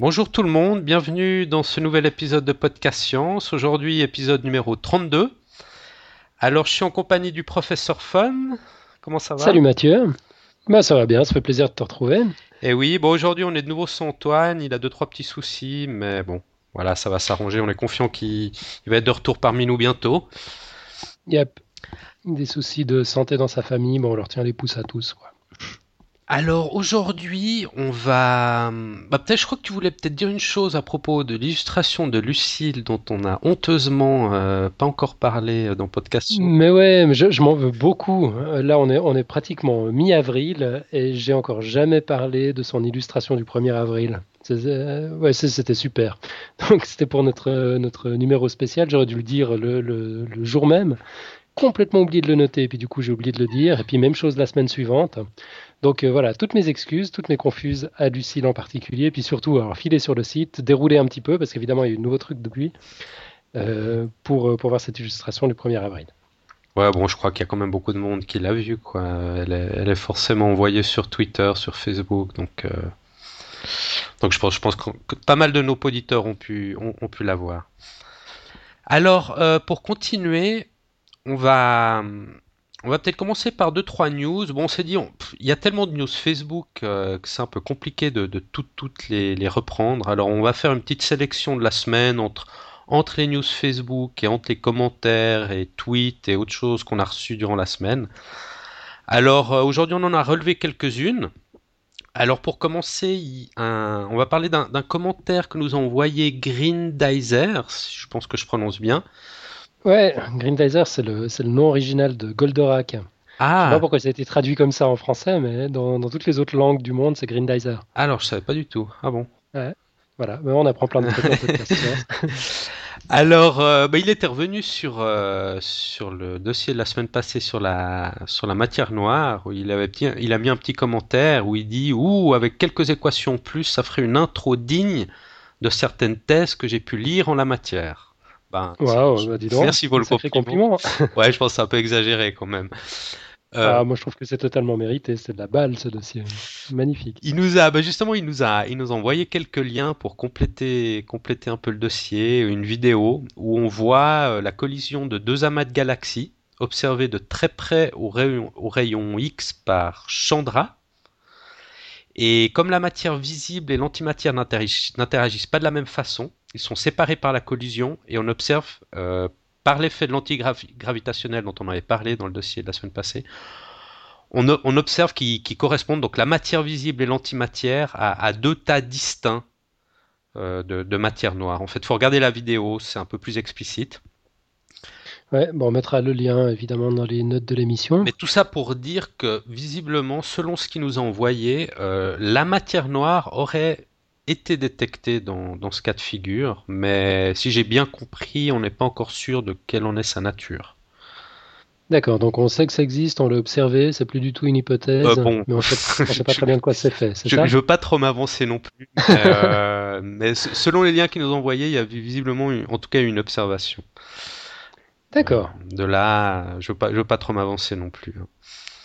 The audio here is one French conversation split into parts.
Bonjour tout le monde, bienvenue dans ce nouvel épisode de Podcast Science. Aujourd'hui, épisode numéro 32. Alors, je suis en compagnie du professeur Fun. Comment ça va? Salut Mathieu. Ça va bien, ça fait plaisir de te retrouver. Eh oui, bon, aujourd'hui, on est de nouveau sans Antoine. Il a deux, trois petits soucis, mais bon, voilà, ça va s'arranger. On est confiant qu'il va être de retour parmi nous bientôt. Yep, des soucis de santé dans sa famille, on leur tient les pouces à tous, quoi. Alors aujourd'hui, on va... peut-être, je crois que tu voulais peut-être dire une chose à propos de l'illustration de Lucille dont on a honteusement pas encore parlé dans Podcast Science. Mais ouais, mais je m'en veux beaucoup. Là, on est pratiquement mi-avril et j'ai encore jamais parlé de son illustration du 1er avril. Ouais, c'était super. Donc, c'était pour notre numéro spécial. J'aurais dû le dire le jour même. Complètement oublié de le noter, et puis du coup, j'ai oublié de le dire. Et puis, même chose la semaine suivante. Donc voilà, toutes mes excuses, toutes mes confuses à Lucille en particulier, puis surtout, alors filer sur le site, dérouler un petit peu, parce qu'évidemment, il y a eu de nouveaux trucs depuis, pour voir cette illustration du 1er avril. Ouais, bon, je crois qu'il y a quand même beaucoup de monde qui l'a vue, quoi. Elle est forcément envoyée sur Twitter, sur Facebook, donc je pense que pas mal de nos auditeurs ont pu la voir. Alors, pour continuer, on va, on va peut-être commencer par deux, trois news. Bon, on s'est dit, il y a tellement de news Facebook que c'est un peu compliqué de toutes les reprendre. Alors, on va faire une petite sélection de la semaine entre les news Facebook et entre les commentaires et tweets et autres choses qu'on a reçues durant la semaine. Alors aujourd'hui on en a relevé quelques-unes. Alors pour commencer, on va parler d'un commentaire que nous a envoyé Grindizer, je pense que je prononce bien. Ouais, Grindizer, c'est le nom original de Goldorak. Je sais pas Ah, pourquoi ça a été traduit comme ça en français, mais dans toutes les autres langues du monde, c'est Grindizer. alors je savais pas du tout. Ah bon. Ouais, voilà, mais on apprend plein de trucs en podcast science. Alors il était revenu sur le dossier de la semaine passée sur la matière noire où il a mis un petit commentaire où il dit ouh avec quelques équations plus ça ferait une intro digne de certaines thèses que j'ai pu lire en la matière. Ben, Waouh, bah dis donc, merci pour le sacré compliment. compliment. Ouais, je pense que c'est un peu exagéré quand même. Euh, Ah, moi je trouve que c'est totalement mérité, c'est de la balle ce dossier. Magnifique. justement, il nous a envoyé quelques liens pour compléter un peu le dossier, une vidéo où on voit la collision de deux amas de galaxies observés de très près au rayon X par Chandra. Et comme la matière visible et l'antimatière n'interagissent pas de la même façon, ils sont séparés par la collision et on observe, par l'effet de l'antigravitationnel dont on avait parlé dans le dossier de la semaine passée, on observe qu'ils correspondent, donc la matière visible et l'antimatière, à deux tas distincts de matière noire. En fait, il faut regarder la vidéo, c'est un peu plus explicite. Ouais, bon, on mettra le lien évidemment dans les notes de l'émission. Mais tout ça pour dire que, visiblement, selon ce qu'il nous a envoyé, la matière noire aurait été détectée dans ce cas de figure, mais si j'ai bien compris, on n'est pas encore sûr de quelle en est sa nature. D'accord, donc on sait que ça existe, on l'a observé, c'est plus du tout une hypothèse, Bon, mais on sait pas je, très bien de quoi c'est fait, c'est je ça? veux pas trop m'avancer non plus, mais selon les liens qu'ils nous ont envoyés, il y a visiblement, en tout cas, une observation. D'accord, De là, je veux pas trop m'avancer non plus, hein.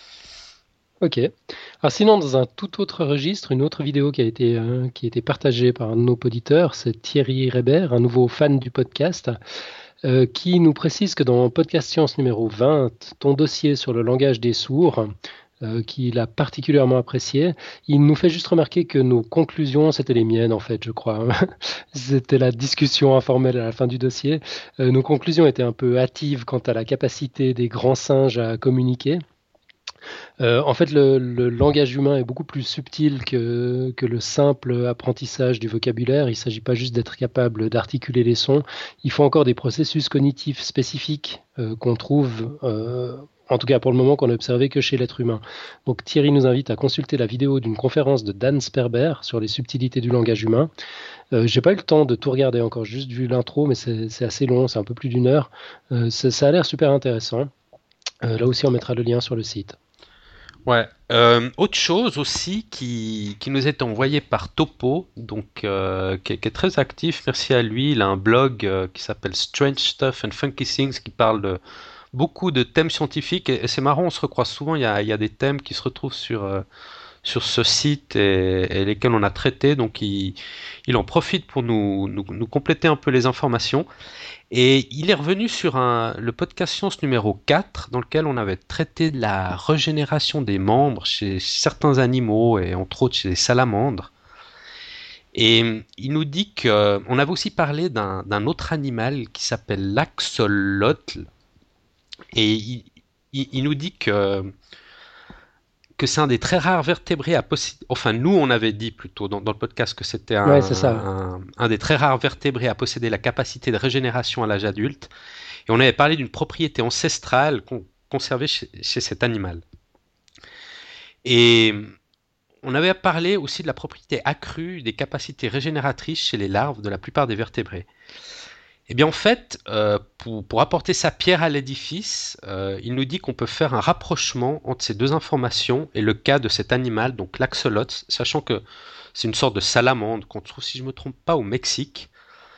ok. Alors sinon, dans un tout autre registre, une autre vidéo qui a été partagée par un de nos auditeurs, c'est Thierry Rébert, un nouveau fan du podcast, qui nous précise que dans Podcast Science numéro 20, ton dossier sur le langage des sourds, qu'il a particulièrement apprécié. Il nous fait juste remarquer que nos conclusions, c'était les miennes en fait, je crois. C'était la discussion informelle à la fin du dossier. Nos conclusions étaient un peu hâtives quant à la capacité des grands singes à communiquer. En fait, le langage humain est beaucoup plus subtil que le simple apprentissage du vocabulaire. Il ne s'agit pas juste d'être capable d'articuler les sons. Il faut encore des processus cognitifs spécifiques qu'on trouve, en tout cas pour le moment, qu'on n'a observé que chez l'être humain. Donc Thierry nous invite à consulter la vidéo d'une conférence de Dan Sperber sur les subtilités du langage humain. J'ai pas eu le temps de tout regarder encore, juste vu l'intro, mais c'est assez long, c'est un peu plus d'une heure. Ça a l'air super intéressant. Là aussi, on mettra le lien sur le site. Ouais. Autre chose aussi qui nous est envoyé par Topo, donc qui est très actif, merci à lui. Il a un blog qui s'appelle Strange Stuff and Funky Things qui parle de beaucoup de thèmes scientifiques et c'est marrant, on se recroise souvent. Il y a des thèmes qui se retrouvent sur ce site et lesquels on a traité. Donc il en profite pour nous compléter un peu les informations. Et il est revenu sur le podcast Science numéro 4, dans lequel on avait traité de la régénération des membres chez certains animaux, et entre autres chez les salamandres. Et il nous dit qu'on avait aussi parlé d'un autre animal qui s'appelle l'axolotl. Et il nous dit que c'est un des très rares vertébrés à posséder. Enfin, nous, on avait dit plutôt dans le podcast que c'était Ouais, c'est ça. un des très rares vertébrés à posséder la capacité de régénération à l'âge adulte. Et on avait parlé d'une propriété ancestrale conservée chez cet animal. Et on avait parlé aussi de la propriété accrue des capacités régénératrices chez les larves de la plupart des vertébrés. Eh bien, en fait, pour apporter sa pierre à l'édifice, il nous dit qu'on peut faire un rapprochement entre ces deux informations et le cas de cet animal, donc l'axolotl, sachant que c'est une sorte de salamandre qu'on trouve, si je ne me trompe pas, au Mexique.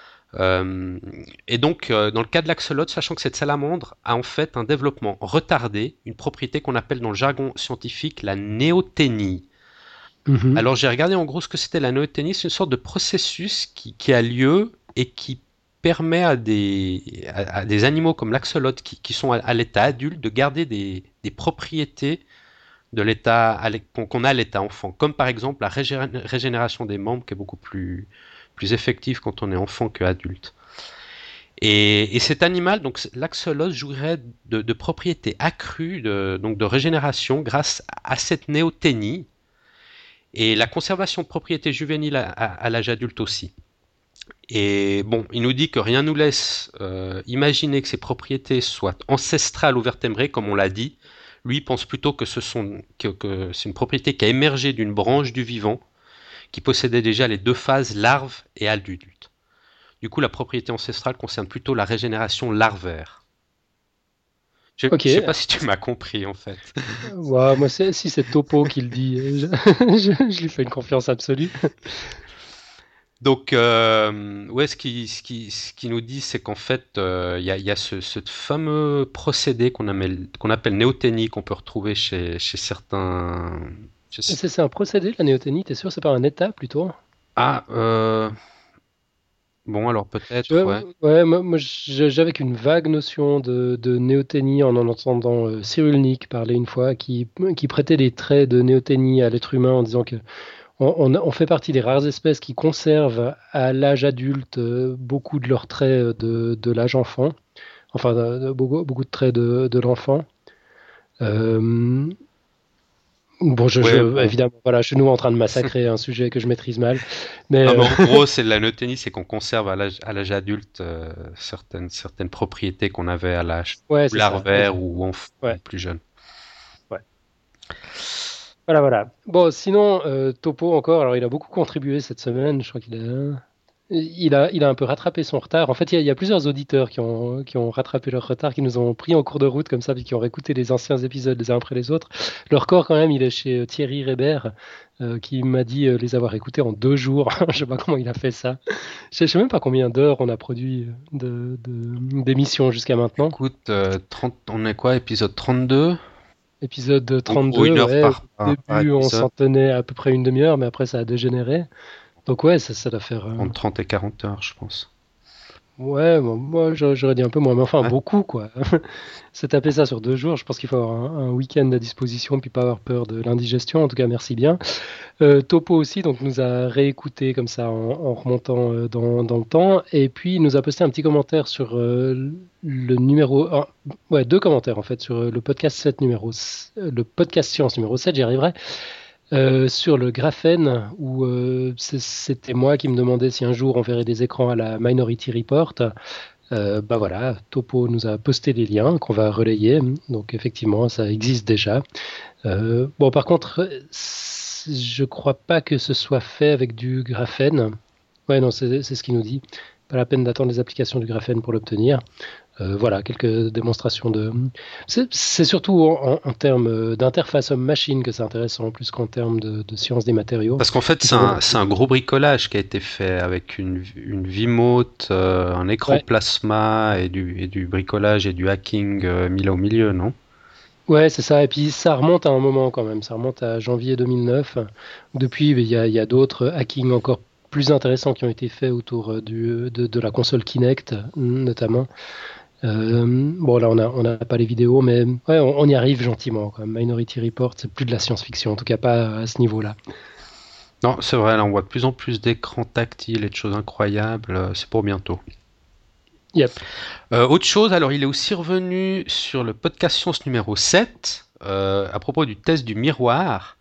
Et donc, dans le cas de l'axolotl, sachant que cette salamandre a en fait un développement retardé, une propriété qu'on appelle dans le jargon scientifique la néoténie. Mhm. Alors, j'ai regardé en gros ce que c'était la néoténie, c'est une sorte de processus qui a lieu et qui permet à des animaux comme l'axolotl qui sont à l'état adulte de garder des propriétés de l'état qu'on a à l'état enfant, comme par exemple la régénération des membres qui est beaucoup plus effective quand on est enfant qu'adulte. Et cet animal, donc l'axolotl, jouirait de propriétés accrues donc de régénération grâce à cette néoténie et la conservation de propriétés juvéniles à l'âge adulte aussi. Et bon, il nous dit que rien nous laisse imaginer que ces propriétés soient ancestrales aux vertébrés, comme on l'a dit. Lui pense plutôt que c'est une propriété qui a émergé d'une branche du vivant, qui possédait déjà les deux phases larve et adulte. Du coup, la propriété ancestrale concerne plutôt la régénération larvaire. Je ne Ok. sais pas si tu m'as compris en fait. Ouais, moi, si c'est Topo qui le dit, je lui fais une confiance absolue. Donc, ouais, ce qui nous dit, c'est qu'en fait, il y a ce fameux procédé qu'on appelle néoténie, qu'on peut retrouver chez certains. C'est un procédé, la néoténie, t'es sûr, c'est pas un état plutôt? Ah, bon, alors peut-être, ouais. Ouais, moi, j'avais qu'une vague notion de néoténie en entendant Cyrulnik parler une fois, qui prêtait les traits de néoténie à l'être humain en disant que on fait partie des rares espèces qui conservent à l'âge adulte beaucoup de leurs traits de l'âge enfant, enfin beaucoup de traits de l'enfant. Euh, bon, Ouais, bon. évidemment, voilà, je suis nous en train de massacrer un sujet que je maîtrise mal, mais Non, mais en gros, c'est la néoténie, c'est qu'on conserve à l'âge adulte certaines propriétés qu'on avait à l'âge ouais, c'est ça. larvaire ou Ouais, plus jeune. ouais. Voilà, voilà. Bon, sinon, Topo encore, alors il a beaucoup contribué cette semaine. Je crois qu'il a un peu rattrapé son retard. En fait, il y a plusieurs auditeurs qui ont rattrapé leur retard, qui nous ont pris en cours de route comme ça, puis qui ont réécouté les anciens épisodes les uns après les autres. Le record, quand même, il est chez Thierry Rébert, qui m'a dit les avoir écoutés en 2 jours. Je sais pas comment il a fait ça. Je sais même pas combien d'heures on a produit d'émissions jusqu'à maintenant. Écoute, on est quoi, épisode 32? Épisode En gros, 32, une heure ouais. Au par début, on épisode. s'en tenait à peu près une demi-heure, mais après, ça a dégénéré. Donc ouais, ça doit faire... Entre 30 et 40 heures, je pense. Ouais, bon, moi j'aurais dit un peu moins, mais enfin Ouais. beaucoup quoi. Se taper ça sur 2 jours, je pense qu'il faut avoir un week-end à disposition puis pas avoir peur de l'indigestion. En tout cas, merci bien. Topo aussi donc nous a réécouté comme ça en remontant dans le temps et puis il nous a posté un petit commentaire sur le numéro ouais, 2 commentaires en fait sur le podcast 7 le podcast science numéro 7, j'y arriverai. Sur le graphène, où c'était moi qui me demandais si un jour on verrait des écrans à la Minority Report. Bah voilà, Topo nous a posté les liens qu'on va relayer. Donc effectivement, ça existe déjà. Bon, par contre, je crois pas que ce soit fait avec du graphène. Ouais, non, c'est ce qu'il nous dit. Pas la peine d'attendre les applications du graphène pour l'obtenir. Voilà, quelques démonstrations de. C'est surtout en termes d'interface homme-machine que c'est intéressant, plus qu'en termes de science des matériaux. Parce qu'en fait, c'est un gros bricolage qui a été fait avec une Wiimote, un écran Ouais, plasma et du bricolage et du hacking mis là au milieu, non? Ouais, c'est ça. Et puis ça remonte à un moment quand même. Ça remonte à janvier 2009. Depuis, il y a d'autres hackings encore plus intéressants qui ont été faits autour de la console Kinect, notamment. Bon, là, on n'a pas les vidéos, mais ouais, on y arrive gentiment, quoi. Minority Report, c'est plus de la science-fiction, en tout cas pas à ce niveau-là. Non, c'est vrai, là on voit de plus en plus d'écrans tactiles et de choses incroyables, c'est pour bientôt. Yep. Autre chose, alors il est aussi revenu sur le podcast Science numéro 7 à propos du test du miroir.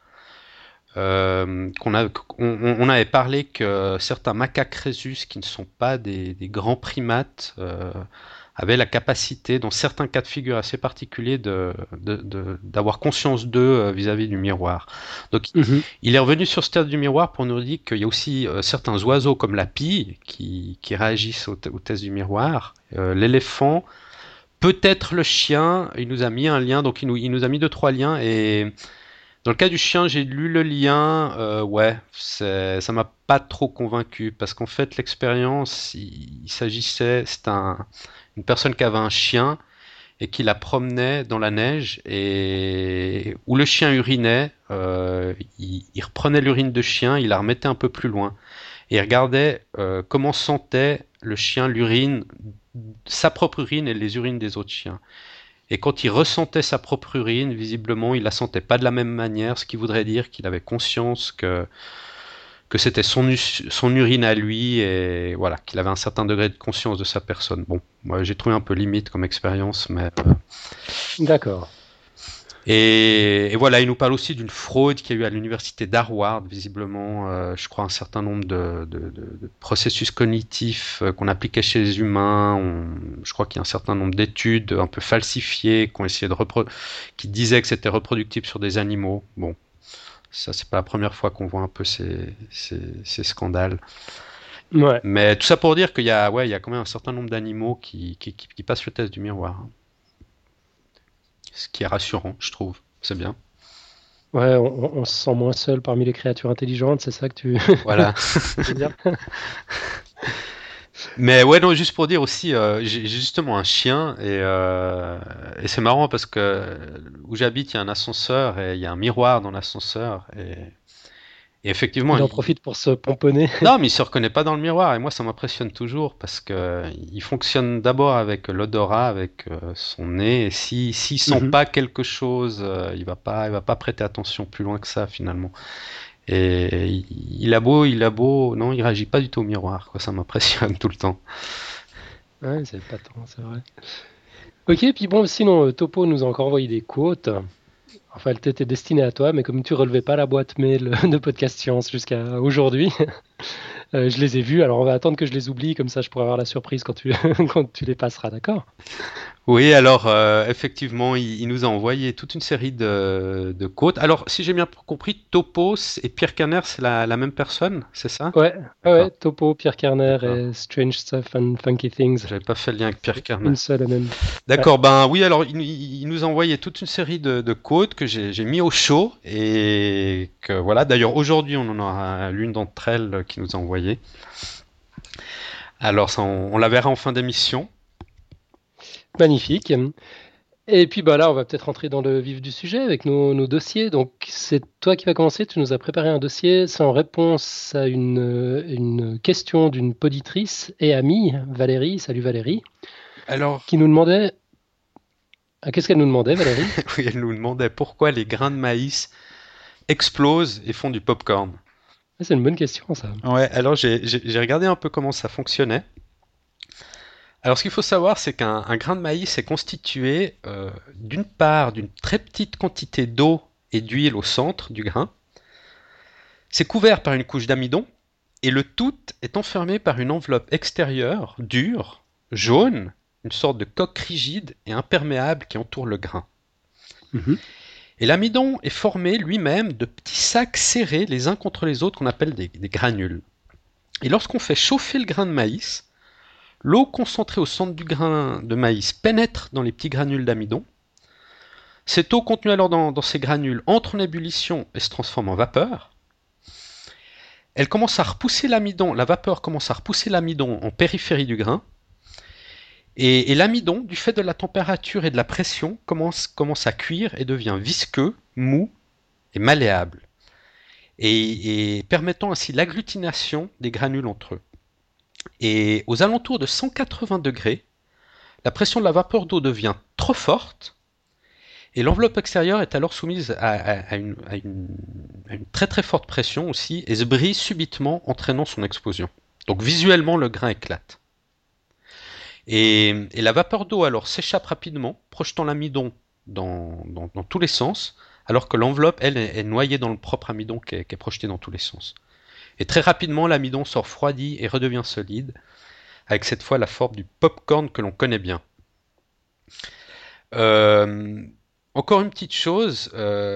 On avait parlé que certains macaques rhésus qui ne sont pas des grands primates avaient la capacité, dans certains cas de figure assez particuliers, d'avoir conscience d'eux vis-à-vis du miroir. Donc Mhm. il est revenu sur ce test du miroir pour nous dire qu'il y a aussi certains oiseaux comme la pie qui réagissent au test du miroir. L'éléphant, peut-être le chien, il nous a mis un lien, donc il nous a mis deux, trois liens et dans le cas du chien, j'ai lu le lien, ouais, ça m'a pas trop convaincu parce qu'en fait l'expérience, c'était une personne qui avait un chien et qui la promenait dans la neige et où le chien urinait, il reprenait l'urine de chien, il la remettait un peu plus loin et il regardait comment sentait le chien l'urine, sa propre urine et les urines des autres chiens. Et quand il ressentait sa propre urine, visiblement, il la sentait pas de la même manière, ce qui voudrait dire qu'il avait conscience que c'était son urine à lui et voilà, qu'il avait un certain degré de conscience de sa personne. Bon, moi j'ai trouvé un peu limite comme expérience, mais D'accord. et voilà, il nous parle aussi d'une fraude qu'il y a eu à l'université d'Harvard, visiblement, je crois un certain nombre de processus cognitifs qu'on appliquait chez les humains. Je crois qu'il y a un certain nombre d'études un peu falsifiées qui disaient que c'était reproductible sur des animaux. Bon, ça c'est pas la première fois qu'on voit un peu ces scandales. Ouais. Mais tout ça pour dire qu'il y a, ouais, il y a quand même un certain nombre d'animaux qui passent le test du miroir, hein. Ce qui est rassurant, je trouve. C'est bien. Ouais, on se sent moins seul parmi les créatures intelligentes, c'est ça que tu Voilà. veux dire? Mais ouais, non, juste pour dire aussi, j'ai justement un chien et c'est marrant parce que où j'habite, il y a un ascenseur et il y a un miroir dans l'ascenseur et effectivement, Il en profite pour se pomponner. non, mais il se reconnaît pas dans le miroir et moi ça m'impressionne toujours parce que il fonctionne d'abord avec l'odorat, avec son nez et s'il sent Mhm. pas quelque chose, il va pas prêter attention plus loin que ça finalement. Et il a beau, non, il réagit pas du tout au miroir, quoi, ça m'impressionne tout le temps. Ouais, c'est pas tant, c'est vrai. Ok, puis bon, sinon, Topo nous a encore envoyé des quotes. Enfin, elles t'étaient destinées à toi, mais comme tu relevais pas la boîte mail de Podcast Science jusqu'à aujourd'hui, je les ai vues. Alors, on va attendre que je les oublie, comme ça je pourrai avoir la surprise quand tu, quand tu les passeras, d'accord? Oui, alors effectivement, il nous a envoyé toute une série de quotes. Alors, si j'ai bien compris, Topos et Pierre Caner, c'est la même personne, c'est ça? Ouais, ouais, D'accord, ouais, Topo, Pierre Kerner d'accord. et Strange Stuff and Funky Things. J'avais pas fait le lien avec Pierre C'est Caner. une seule et même. Ouais. D'accord, ben oui, alors il nous a envoyé toute une série de quotes que j'ai mis au chaud et que voilà. D'ailleurs, aujourd'hui, on en aura l'une d'entre elles qui nous a envoyé. Alors, ça, on la verra en fin d'émission. Magnifique. Et puis bah là, on va peut-être rentrer dans le vif du sujet avec nos dossiers. Donc c'est toi qui vas commencer. Tu nous as préparé un dossier. C'est en réponse à une question d'une poditrice et amie, Valérie. Salut Valérie, Alors, qui nous demandait. Ah, qu'est-ce qu'elle nous demandait, Valérie? oui, elle nous demandait pourquoi les grains de maïs explosent et font du popcorn. Ah, c'est une bonne question, ça. Ouais, alors j'ai regardé un peu comment ça fonctionnait. Alors ce qu'il faut savoir, c'est qu'un grain de maïs est constitué d'une part d'une très petite quantité d'eau et d'huile au centre du grain. C'est couvert par une couche d'amidon et le tout est enfermé par une enveloppe extérieure dure, jaune, une sorte de coque rigide et imperméable qui entoure le grain. Mhm. Et l'amidon est formé lui-même de petits sacs serrés les uns contre les autres qu'on appelle des granules. Et lorsqu'on fait chauffer le grain de maïs, l'eau concentrée au centre du grain de maïs pénètre dans les petits granules d'amidon. Cette eau contenue alors dans ces granules entre en ébullition et se transforme en vapeur. Elle commence à repousser l'amidon, la vapeur commence à repousser l'amidon en périphérie du grain. Et l'amidon, du fait de la température et de la pression, commence à cuire et devient visqueux, mou et malléable, et permettant ainsi l'agglutination des granules entre eux. Et aux alentours de 180 degrés, la pression de la vapeur d'eau devient trop forte, et l'enveloppe extérieure est alors soumise à une très très forte pression aussi, et se brise subitement, entraînant son explosion. Donc visuellement, le grain éclate. Et la vapeur d'eau alors s'échappe rapidement, projetant l'amidon dans tous les sens, alors que l'enveloppe, elle, est noyée dans le propre amidon qui est projeté dans tous les sens. Et très rapidement, l'amidon se refroidit et redevient solide, avec cette fois la forme du pop-corn que l'on connaît bien. Encore une petite chose,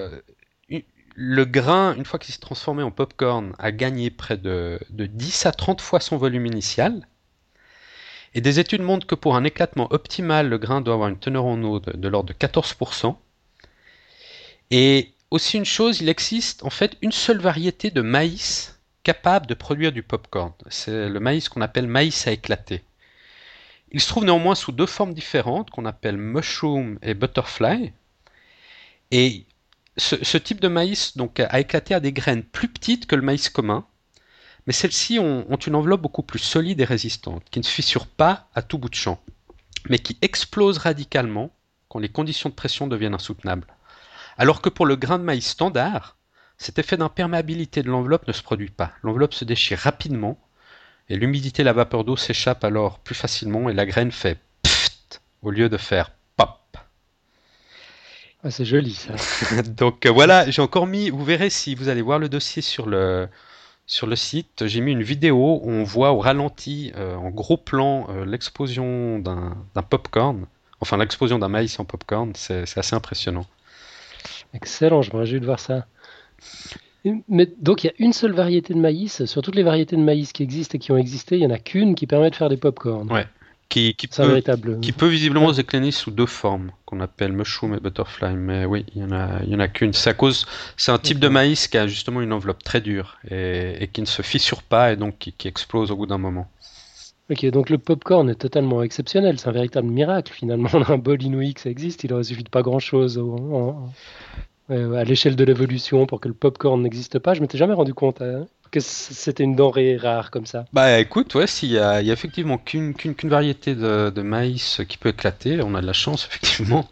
le grain, une fois qu'il s'est transformé en pop-corn, a gagné près de 10 à 30 fois son volume initial. Et des études montrent que pour un éclatement optimal, le grain doit avoir une teneur en eau de l'ordre de 14%. Et aussi une chose, il existe en fait une seule variété de maïs capable de produire du pop-corn. C'est le maïs qu'on appelle maïs à éclater. Il se trouve néanmoins sous deux formes différentes qu'on appelle mushroom et butterfly. Et ce type de maïs donc, à éclater a des graines plus petites que le maïs commun, mais celles-ci ont une enveloppe beaucoup plus solide et résistante, qui ne se fissure pas à tout bout de champ, mais qui explose radicalement quand les conditions de pression deviennent insoutenables. Alors que pour le grain de maïs standard, cet effet d'imperméabilité de l'enveloppe ne se produit pas. L'enveloppe se déchire rapidement, et l'humidité et la vapeur d'eau s'échappent alors plus facilement, et la graine fait pfft au lieu de faire pop. Ah, c'est joli ça. Donc voilà, j'ai encore mis, vous verrez si vous allez voir le dossier sur le site, j'ai mis une vidéo où on voit au ralenti, en gros plan, l'explosion d'un popcorn, enfin l'explosion d'un maïs en popcorn, c'est assez impressionnant. Excellent, je me réjouis de voir ça. Mais donc il y a une seule variété de maïs, sur toutes les variétés de maïs qui existent et qui ont existé, il n'y en a qu'une qui permet de faire des pop-corn. Ouais. Qui véritable... peut visiblement se décliner sous deux formes, qu'on appelle mushroom et butterfly, mais oui, il y en a qu'une. C'est un type de maïs qui a justement une enveloppe très dure et qui ne se fissure pas et donc qui explose au bout d'un moment. Ok, donc le popcorn est totalement exceptionnel, c'est un véritable miracle finalement. On a un bol inouï que ça existe, il aurait suffi de pas grand-chose à l'échelle de l'évolution pour que le popcorn n'existe pas. Je m'étais jamais rendu compte que c'était une denrée rare comme ça. Bah écoute, ouais, s'il y a effectivement qu'une variété de maïs qui peut éclater, on a de la chance effectivement.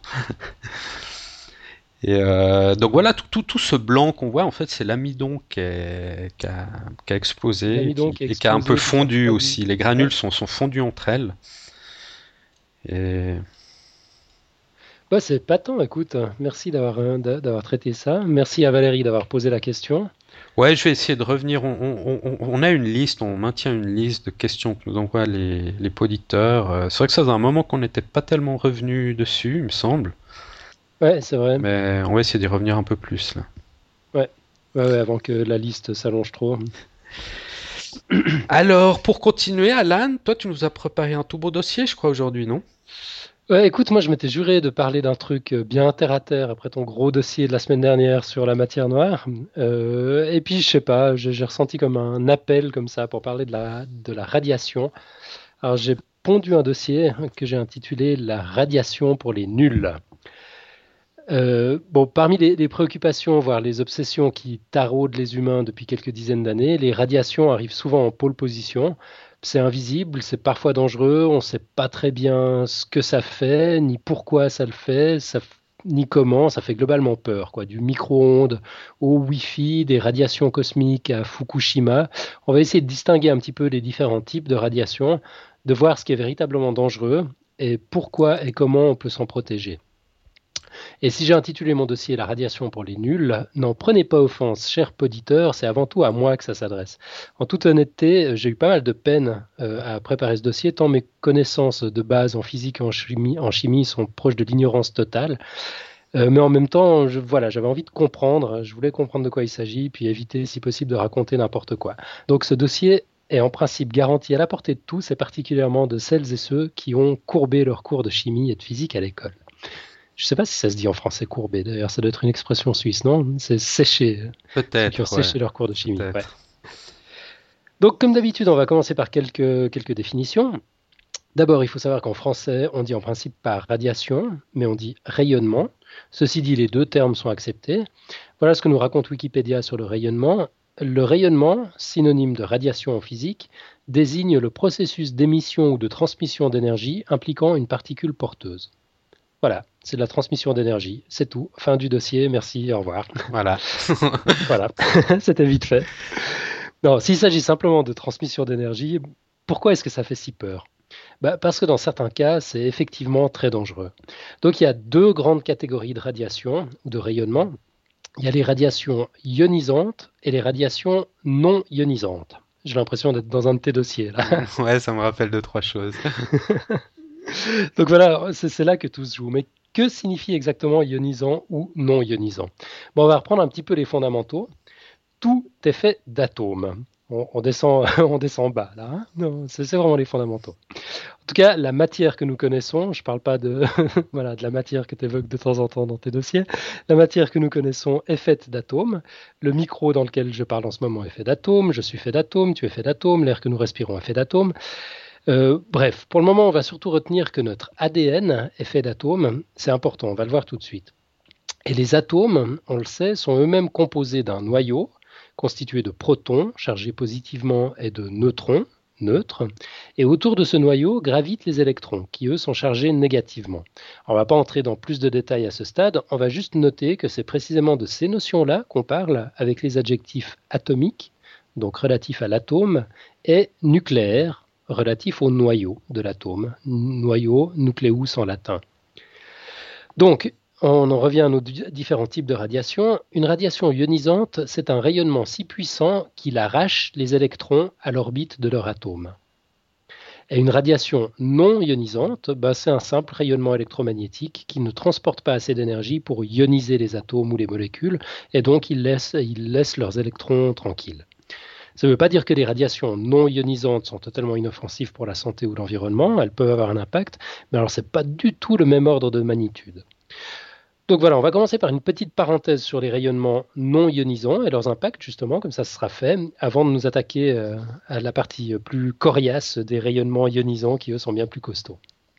Et donc voilà, tout ce blanc qu'on voit, en fait, c'est l'amidon qui a explosé et qui a un peu fondu aussi. Les granules sont fondus entre elles. Et... Bah, c'est patent, écoute. Merci d'avoir traité ça. Merci à Valérie d'avoir posé la question. Ouais, je vais essayer de revenir. On a une liste, on maintient une liste de questions que nous envoient les poditeurs. C'est vrai que ça faisait un moment qu'on n'était pas tellement revenu dessus, il me semble. Ouais, c'est vrai. Mais on va essayer d'y revenir un peu plus là. Ouais, avant que la liste s'allonge trop. Alors, pour continuer, Alan, toi tu nous as préparé un tout beau dossier, je crois, aujourd'hui, non? Ouais, écoute, moi je m'étais juré de parler d'un truc bien terre à terre après ton gros dossier de la semaine dernière sur la matière noire. Et puis, je sais pas, j'ai ressenti comme un appel comme ça pour parler de la radiation. Alors, j'ai pondu un dossier que j'ai intitulé La radiation pour les nuls. Bon, parmi les préoccupations, voire les obsessions qui taraudent les humains depuis quelques dizaines d'années, les radiations arrivent souvent en pôle position. C'est invisible, c'est parfois dangereux, on ne sait pas très bien ce que ça fait, ni pourquoi ça le fait, ni comment, ça fait globalement peur, quoi. Du micro-ondes au Wi-Fi, des radiations cosmiques à Fukushima. On va essayer de distinguer un petit peu les différents types de radiations, de voir ce qui est véritablement dangereux et pourquoi et comment on peut s'en protéger. Et si j'ai intitulé mon dossier La radiation pour les nuls, n'en prenez pas offense, cher poditeur, c'est avant tout à moi que ça s'adresse. En toute honnêteté, j'ai eu pas mal de peine à préparer ce dossier, tant mes connaissances de base en physique et en chimie sont proches de l'ignorance totale. Mais en même temps, j'avais envie de comprendre, je voulais comprendre de quoi il s'agit, puis éviter, si possible, de raconter n'importe quoi. Donc ce dossier est en principe garanti à la portée de tous, et particulièrement de celles et ceux qui ont courbé leurs cours de chimie et de physique à l'école. Je ne sais pas si ça se dit en français courbé, d'ailleurs, ça doit être une expression suisse, non? C'est sécher. Peut-être. Ceux qui ont séché leur cours de chimie. Ouais. Donc, comme d'habitude, on va commencer par quelques définitions. D'abord, il faut savoir qu'en français, on dit en principe pas radiation, mais on dit rayonnement. Ceci dit, les deux termes sont acceptés. Voilà ce que nous raconte Wikipédia sur le rayonnement. Le rayonnement, synonyme de radiation en physique, désigne le processus d'émission ou de transmission d'énergie impliquant une particule porteuse. Voilà, c'est de la transmission d'énergie. C'est tout. Fin du dossier. Merci, au revoir. Voilà. Voilà, c'était vite fait. Non, s'il s'agit simplement de transmission d'énergie, pourquoi est-ce que ça fait si peur? Parce que dans certains cas, c'est effectivement très dangereux. Donc il y a deux grandes catégories de radiation ou de rayonnement. Il y a les radiations ionisantes et les radiations non ionisantes. J'ai l'impression d'être dans un de tes dossiers là. Ouais, ça me rappelle deux, trois choses. Donc voilà, c'est là que tout se joue. Mais que signifie exactement ionisant ou non ionisant? Bon, on va reprendre un petit peu les fondamentaux. Tout est fait d'atomes. On descend, on descend bas là. Hein. Non, c'est vraiment les fondamentaux. En tout cas, la matière que nous connaissons, je ne parle pas de, voilà, de la matière que tu évoques de temps en temps dans tes dossiers, la matière que nous connaissons est faite d'atomes. Le micro dans lequel je parle en ce moment est fait d'atomes, je suis fait d'atomes, tu es fait d'atomes, l'air que nous respirons est fait d'atomes. Bref, pour le moment, on va surtout retenir que notre ADN est fait d'atomes. C'est important, on va le voir tout de suite. Et les atomes, on le sait, sont eux-mêmes composés d'un noyau constitué de protons chargés positivement et de neutrons neutres. Et autour de ce noyau gravitent les électrons qui, eux, sont chargés négativement. Alors, on ne va pas entrer dans plus de détails à ce stade, on va juste noter que c'est précisément de ces notions-là qu'on parle avec les adjectifs atomiques, donc relatifs à l'atome, et nucléaire, relatif au noyau de l'atome. Noyau, nucleus en latin. Donc, on en revient à nos différents types de radiation. Une radiation ionisante, c'est un rayonnement si puissant qu'il arrache les électrons à l'orbite de leur atome. Et une radiation non ionisante, c'est un simple rayonnement électromagnétique qui ne transporte pas assez d'énergie pour ioniser les atomes ou les molécules, et donc ils laissent leurs électrons tranquilles. Ça ne veut pas dire que les radiations non ionisantes sont totalement inoffensives pour la santé ou l'environnement, elles peuvent avoir un impact, mais alors ce n'est pas du tout le même ordre de magnitude. Donc voilà, on va commencer par une petite parenthèse sur les rayonnements non ionisants et leurs impacts, justement, comme ça sera fait, avant de nous attaquer à la partie plus coriace des rayonnements ionisants qui, eux, sont bien plus costauds.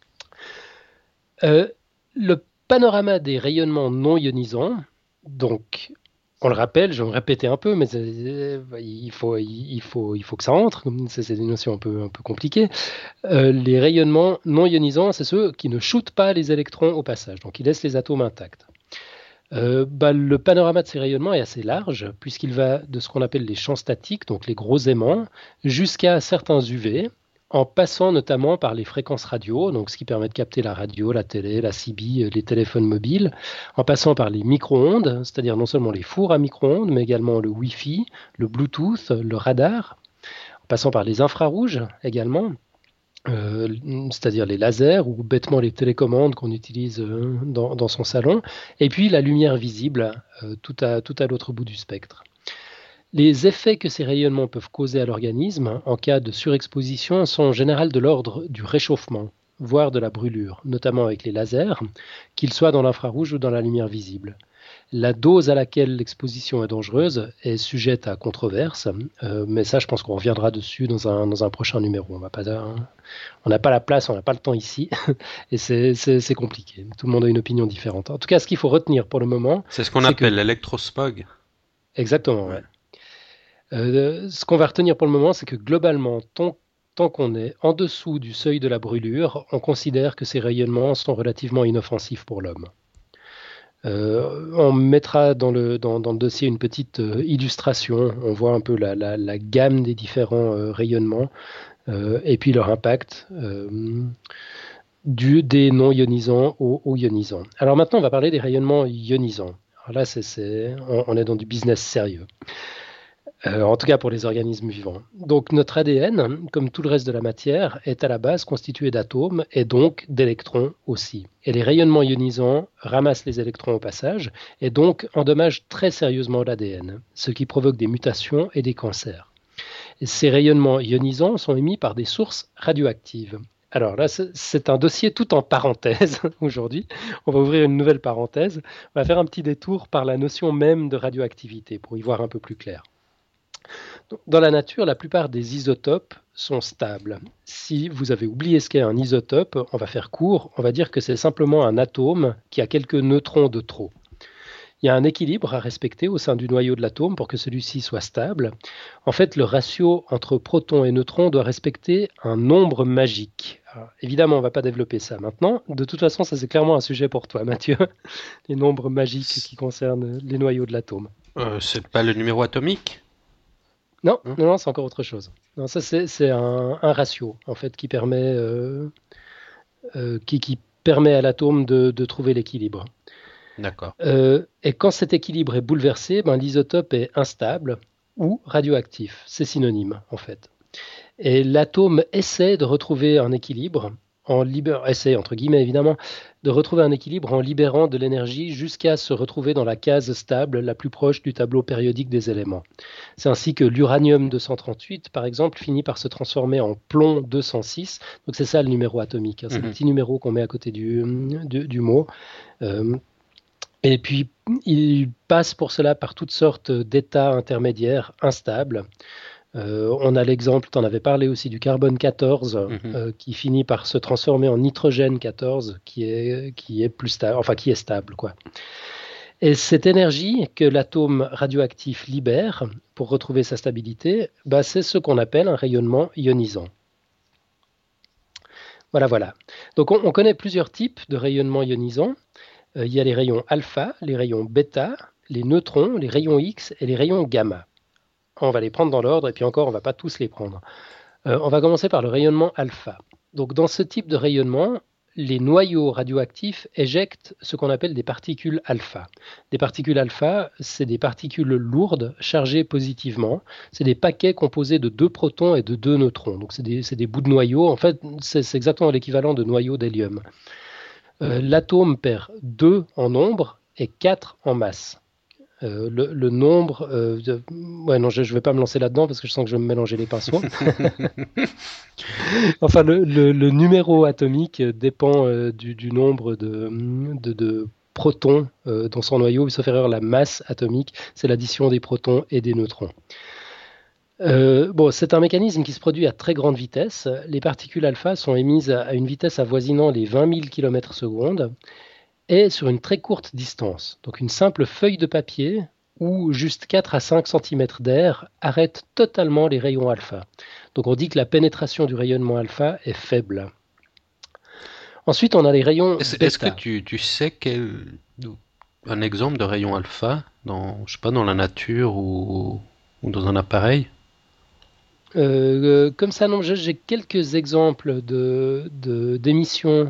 Le panorama des rayonnements non ionisants, donc on le rappelle, je vais me répéter un peu, mais il faut que ça entre, c'est des notions un peu compliquées. Les rayonnements non ionisants, c'est ceux qui ne shootent pas les électrons au passage, donc ils laissent les atomes intacts. Le panorama de ces rayonnements est assez large, puisqu'il va de ce qu'on appelle les champs statiques, donc les gros aimants, jusqu'à certains UV, en passant notamment par les fréquences radio, donc ce qui permet de capter la radio, la télé, la CB, les téléphones mobiles, en passant par les micro-ondes, c'est-à-dire non seulement les fours à micro-ondes, mais également le Wi-Fi, le Bluetooth, le radar, en passant par les infrarouges également, c'est-à-dire les lasers ou bêtement les télécommandes qu'on utilise dans son salon, et puis la lumière visible tout à l'autre bout du spectre. Les effets que ces rayonnements peuvent causer à l'organisme en cas de surexposition sont en général de l'ordre du réchauffement, voire de la brûlure, notamment avec les lasers, qu'ils soient dans l'infrarouge ou dans la lumière visible. La dose à laquelle l'exposition est dangereuse est sujette à controverse, mais ça, je pense qu'on reviendra dessus dans un prochain numéro. On n'a pas la place, on n'a pas le temps ici, et c'est compliqué. Tout le monde a une opinion différente. En tout cas, ce qu'il faut retenir pour le moment, c'est ce qu'on appelle l'électrosmog. Exactement, ouais. Ce qu'on va retenir pour le moment, c'est que globalement, tant qu'on est en dessous du seuil de la brûlure, on considère que ces rayonnements sont relativement inoffensifs pour l'homme. On mettra dans le dossier une petite illustration. On voit un peu la gamme des différents rayonnements et puis leur impact des non ionisants aux ionisants. Alors maintenant, on va parler des rayonnements ionisants. Alors là, on est dans du business sérieux. En tout cas pour les organismes vivants. Donc notre ADN, comme tout le reste de la matière, est à la base constitué d'atomes et donc d'électrons aussi. Et les rayonnements ionisants ramassent les électrons au passage et donc endommagent très sérieusement l'ADN, ce qui provoque des mutations et des cancers. Et ces rayonnements ionisants sont émis par des sources radioactives. Alors là, c'est un dossier tout en parenthèse aujourd'hui. On va ouvrir une nouvelle parenthèse. On va faire un petit détour par la notion même de radioactivité pour y voir un peu plus clair. Dans la nature, la plupart des isotopes sont stables. Si vous avez oublié ce qu'est un isotope, on va faire court, on va dire que c'est simplement un atome qui a quelques neutrons de trop. Il y a un équilibre à respecter au sein du noyau de l'atome pour que celui-ci soit stable. En fait, le ratio entre protons et neutrons doit respecter un nombre magique. Alors, évidemment, on ne va pas développer ça maintenant. De toute façon, ça c'est clairement un sujet pour toi, Mathieu. Les nombres magiques qui concernent les noyaux de l'atome. C'est pas le numéro atomique? Non, non, c'est encore autre chose. Non, ça c'est un ratio en fait qui permet à l'atome de trouver l'équilibre. D'accord. Et quand cet équilibre est bouleversé, l'isotope est instable ou radioactif. C'est synonyme en fait. Et l'atome essaie de retrouver un équilibre essaie entre guillemets évidemment de retrouver un équilibre en libérant de l'énergie jusqu'à se retrouver dans la case stable la plus proche du tableau périodique des éléments. C'est ainsi que l'uranium 238 par exemple finit par se transformer en plomb 206. Donc c'est ça le numéro atomique, c'est le petit numéro qu'on met à côté du mot. Et puis, il passe pour cela par toutes sortes d'états intermédiaires instables. On a l'exemple, tu en avais parlé aussi, du carbone 14, qui finit par se transformer en nitrogène 14, qui est plus stable, enfin qui est stable, quoi. Et cette énergie que l'atome radioactif libère pour retrouver sa stabilité, c'est ce qu'on appelle un rayonnement ionisant. Voilà. Donc on connaît plusieurs types de rayonnements ionisants. Il y a les rayons alpha, les rayons bêta, les neutrons, les rayons X et les rayons gamma. On va les prendre dans l'ordre et puis encore, on ne va pas tous les prendre. On va commencer par le rayonnement alpha. Donc dans ce type de rayonnement, les noyaux radioactifs éjectent ce qu'on appelle des particules alpha. Des particules alpha, c'est des particules lourdes chargées positivement. C'est des paquets composés de 2 protons et de 2 neutrons. Donc c'est des bouts de noyaux. En fait, c'est exactement l'équivalent de noyaux d'hélium. L'atome perd 2 en nombre et 4 en masse. Le nombre... non, je ne vais pas me lancer là-dedans parce que je sens que je vais me mélanger les pinceaux. Enfin, le numéro atomique dépend du nombre de protons dans son noyau. Sauf erreur, la masse atomique, c'est l'addition des protons et des neutrons. C'est un mécanisme qui se produit à très grande vitesse. Les particules alpha sont émises à une vitesse avoisinant les 20 000 km/s et sur une très courte distance. Donc une simple feuille de papier ou juste 4 à 5 cm d'air arrête totalement les rayons alpha. Donc on dit que la pénétration du rayonnement alpha est faible. Ensuite, on a les rayons bêta. Est-ce que tu sais un exemple de rayon alpha dans la nature ou dans un appareil? Comme ça, non, j'ai quelques exemples d'émissions,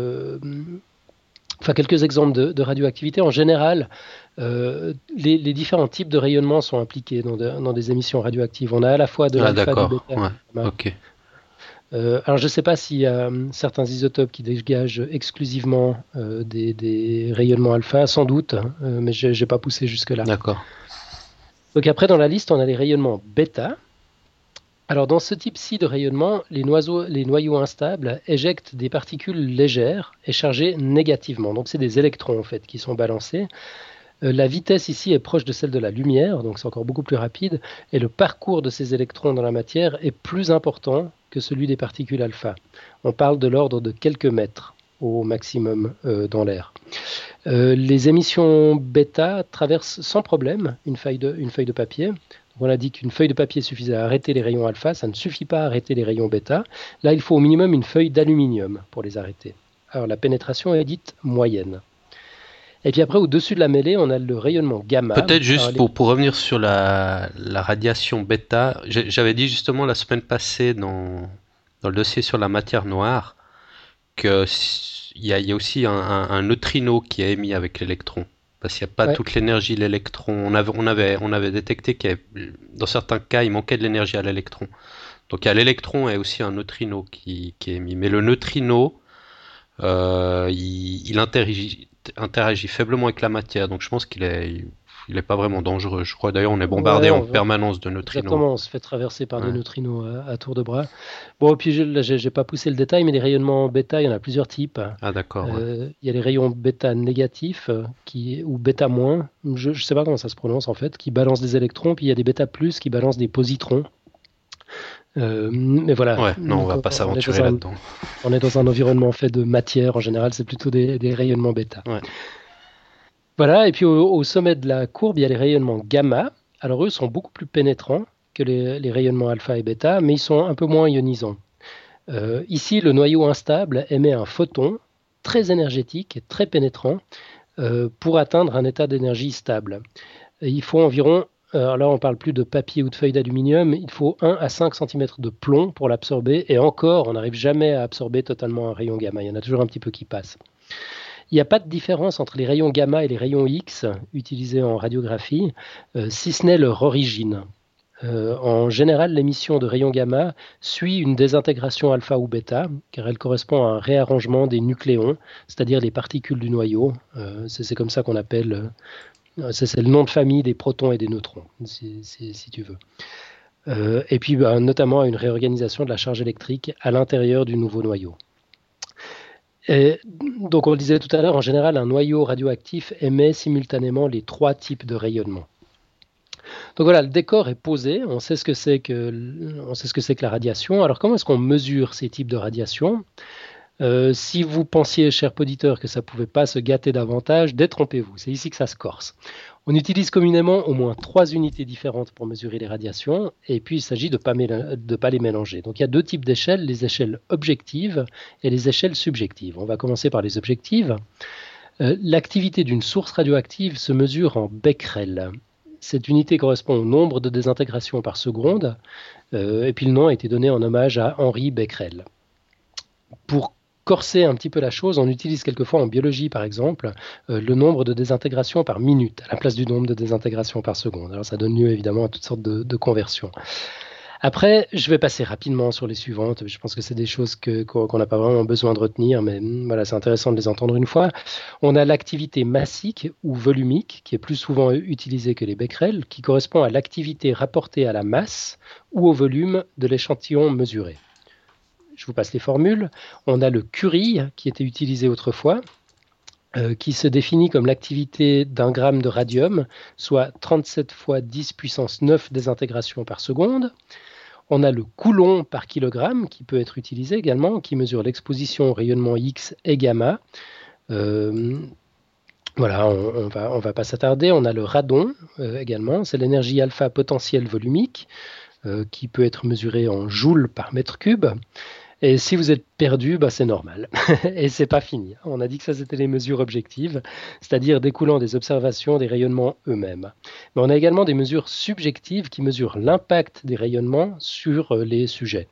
quelques exemples de radioactivité. En général, les différents types de rayonnement sont impliqués dans des émissions radioactives. On a à la fois de l'alpha, du bêta. Ouais. Ok. Alors, je ne sais pas s'il y a certains isotopes qui dégagent exclusivement des rayonnements alpha, sans doute, mais je n'ai pas poussé jusque-là. D'accord. Donc après, dans la liste, on a les rayonnements bêta. Alors dans ce type-ci de rayonnement, les noyaux instables éjectent des particules légères et chargées négativement. Donc c'est des électrons en fait qui sont balancés. La vitesse ici est proche de celle de la lumière, donc c'est encore beaucoup plus rapide. Et le parcours de ces électrons dans la matière est plus important que celui des particules alpha. On parle de l'ordre de quelques mètres au maximum dans l'air. Les émissions bêta traversent sans problème une feuille de papier. On a dit qu'une feuille de papier suffisait à arrêter les rayons alpha, ça ne suffit pas à arrêter les rayons bêta. Là, il faut au minimum une feuille d'aluminium pour les arrêter. Alors la pénétration est dite moyenne. Et puis après, au-dessus de la mêlée, on a le rayonnement gamma. Peut-être juste pour revenir sur la radiation bêta, j'avais dit justement la semaine passée dans le dossier sur la matière noire qu'il y a aussi un neutrino qui est émis avec l'électron. Parce qu'il n'y a pas toute l'énergie de l'électron. On avait détecté dans certains cas, il manquait de l'énergie à l'électron. Donc il y a l'électron et aussi un neutrino qui est émis. Mais le neutrino, il interagit faiblement avec la matière. Donc je pense qu'il il n'est pas vraiment dangereux. Je crois d'ailleurs on est bombardé en permanence de neutrinos. Exactement, on se fait traverser par des neutrinos à tour de bras. Bon, et puis j'ai pas poussé le détail, mais les rayonnements bêta, il y en a plusieurs types. Ah d'accord. Il y a les rayons bêta négatifs ou bêta moins, je sais pas comment ça se prononce en fait, qui balancent des électrons, puis il y a des bêta plus qui balancent des positrons. Mais voilà. Ouais, non, on va pas s'aventurer là-dedans. On est dans un environnement fait de matière, en général, c'est plutôt des rayonnements bêta. Ouais. Voilà, et puis au sommet de la courbe, il y a les rayonnements gamma. Alors eux sont beaucoup plus pénétrants que les rayonnements alpha et bêta, mais ils sont un peu moins ionisants. Ici, le noyau instable émet un photon très énergétique et très pénétrant pour atteindre un état d'énergie stable. Et il faut environ, alors là on parle plus de papier ou de feuilles d'aluminium, il faut 1 à 5 cm de plomb pour l'absorber, et encore, on n'arrive jamais à absorber totalement un rayon gamma, il y en a toujours un petit peu qui passe. Il n'y a pas de différence entre les rayons gamma et les rayons X utilisés en radiographie, si ce n'est leur origine. En général, l'émission de rayons gamma suit une désintégration alpha ou bêta, car elle correspond à un réarrangement des nucléons, c'est-à-dire les particules du noyau. C'est comme ça qu'on appelle, c'est le nom de famille des protons et des neutrons, si tu veux. Et puis notamment à une réorganisation de la charge électrique à l'intérieur du nouveau noyau. Et donc on le disait tout à l'heure, en général, un noyau radioactif émet simultanément les 3 types de rayonnement. Donc voilà, le décor est posé, on sait ce que c'est que la radiation. Alors comment est-ce qu'on mesure ces types de radiation ? Si vous pensiez, cher auditeur, que ça ne pouvait pas se gâter davantage, détrompez-vous, c'est ici que ça se corse. On utilise communément au moins 3 unités différentes pour mesurer les radiations, et puis il s'agit de ne pas les mélanger. Donc il y a 2 types d'échelles, les échelles objectives et les échelles subjectives. On va commencer par les objectives. L'activité d'une source radioactive se mesure en becquerel. Cette unité correspond au nombre de désintégrations par seconde, et puis le nom a été donné en hommage à Henri Becquerel. Pour corser un petit peu la chose, on utilise quelquefois en biologie, par exemple, le nombre de désintégrations par minute à la place du nombre de désintégrations par seconde. Alors ça donne lieu évidemment à toutes sortes de conversions. Après, je vais passer rapidement sur les suivantes. Je pense que c'est des choses qu'on n'a pas vraiment besoin de retenir, mais voilà, c'est intéressant de les entendre une fois. On a l'activité massique ou volumique, qui est plus souvent utilisée que les becquerels, qui correspond à l'activité rapportée à la masse ou au volume de l'échantillon mesuré. Je vous passe les formules. On a le Curie, qui était utilisé autrefois, qui se définit comme l'activité d'un gramme de radium, soit 37 fois 10 puissance 9 désintégrations par seconde. On a le Coulomb par kilogramme, qui peut être utilisé également, qui mesure l'exposition au rayonnement X et gamma. Voilà, on va pas s'attarder. On a le radon également, c'est l'énergie alpha potentielle volumique, qui peut être mesurée en joules par mètre cube. Et si vous êtes perdu, c'est normal. Et c'est pas fini. On a dit que ça, c'était les mesures objectives, c'est-à-dire découlant des observations des rayonnements eux-mêmes. Mais on a également des mesures subjectives qui mesurent l'impact des rayonnements sur les sujets.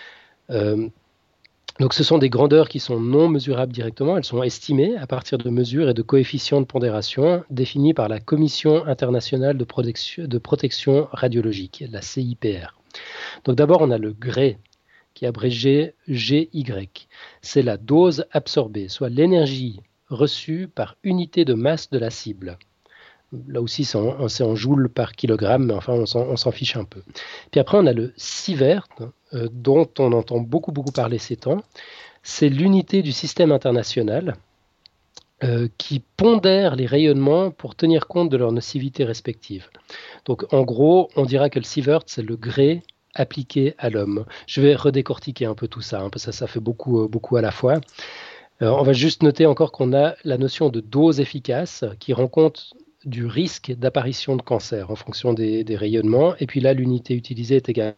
Donc ce sont des grandeurs qui sont non mesurables directement. Elles sont estimées à partir de mesures et de coefficients de pondération définis par la Commission internationale de protection radiologique, la CIPR. Donc d'abord, on a le Gray, qui est abrégé GY. C'est la dose absorbée, soit l'énergie reçue par unité de masse de la cible. Là aussi, c'est en joules par kilogramme, mais enfin, on s'en fiche un peu. Puis après, on a le sievert, dont on entend beaucoup parler ces temps. C'est l'unité du système international qui pondère les rayonnements pour tenir compte de leur nocivité respective. Donc, en gros, on dira que le sievert, c'est le Gray appliqué à l'homme. Je vais redécortiquer un peu tout ça, parce que ça fait beaucoup à la fois. On va juste noter encore qu'on a la notion de dose efficace qui rend compte du risque d'apparition de cancer en fonction des rayonnements. Et puis là, l'unité utilisée est égale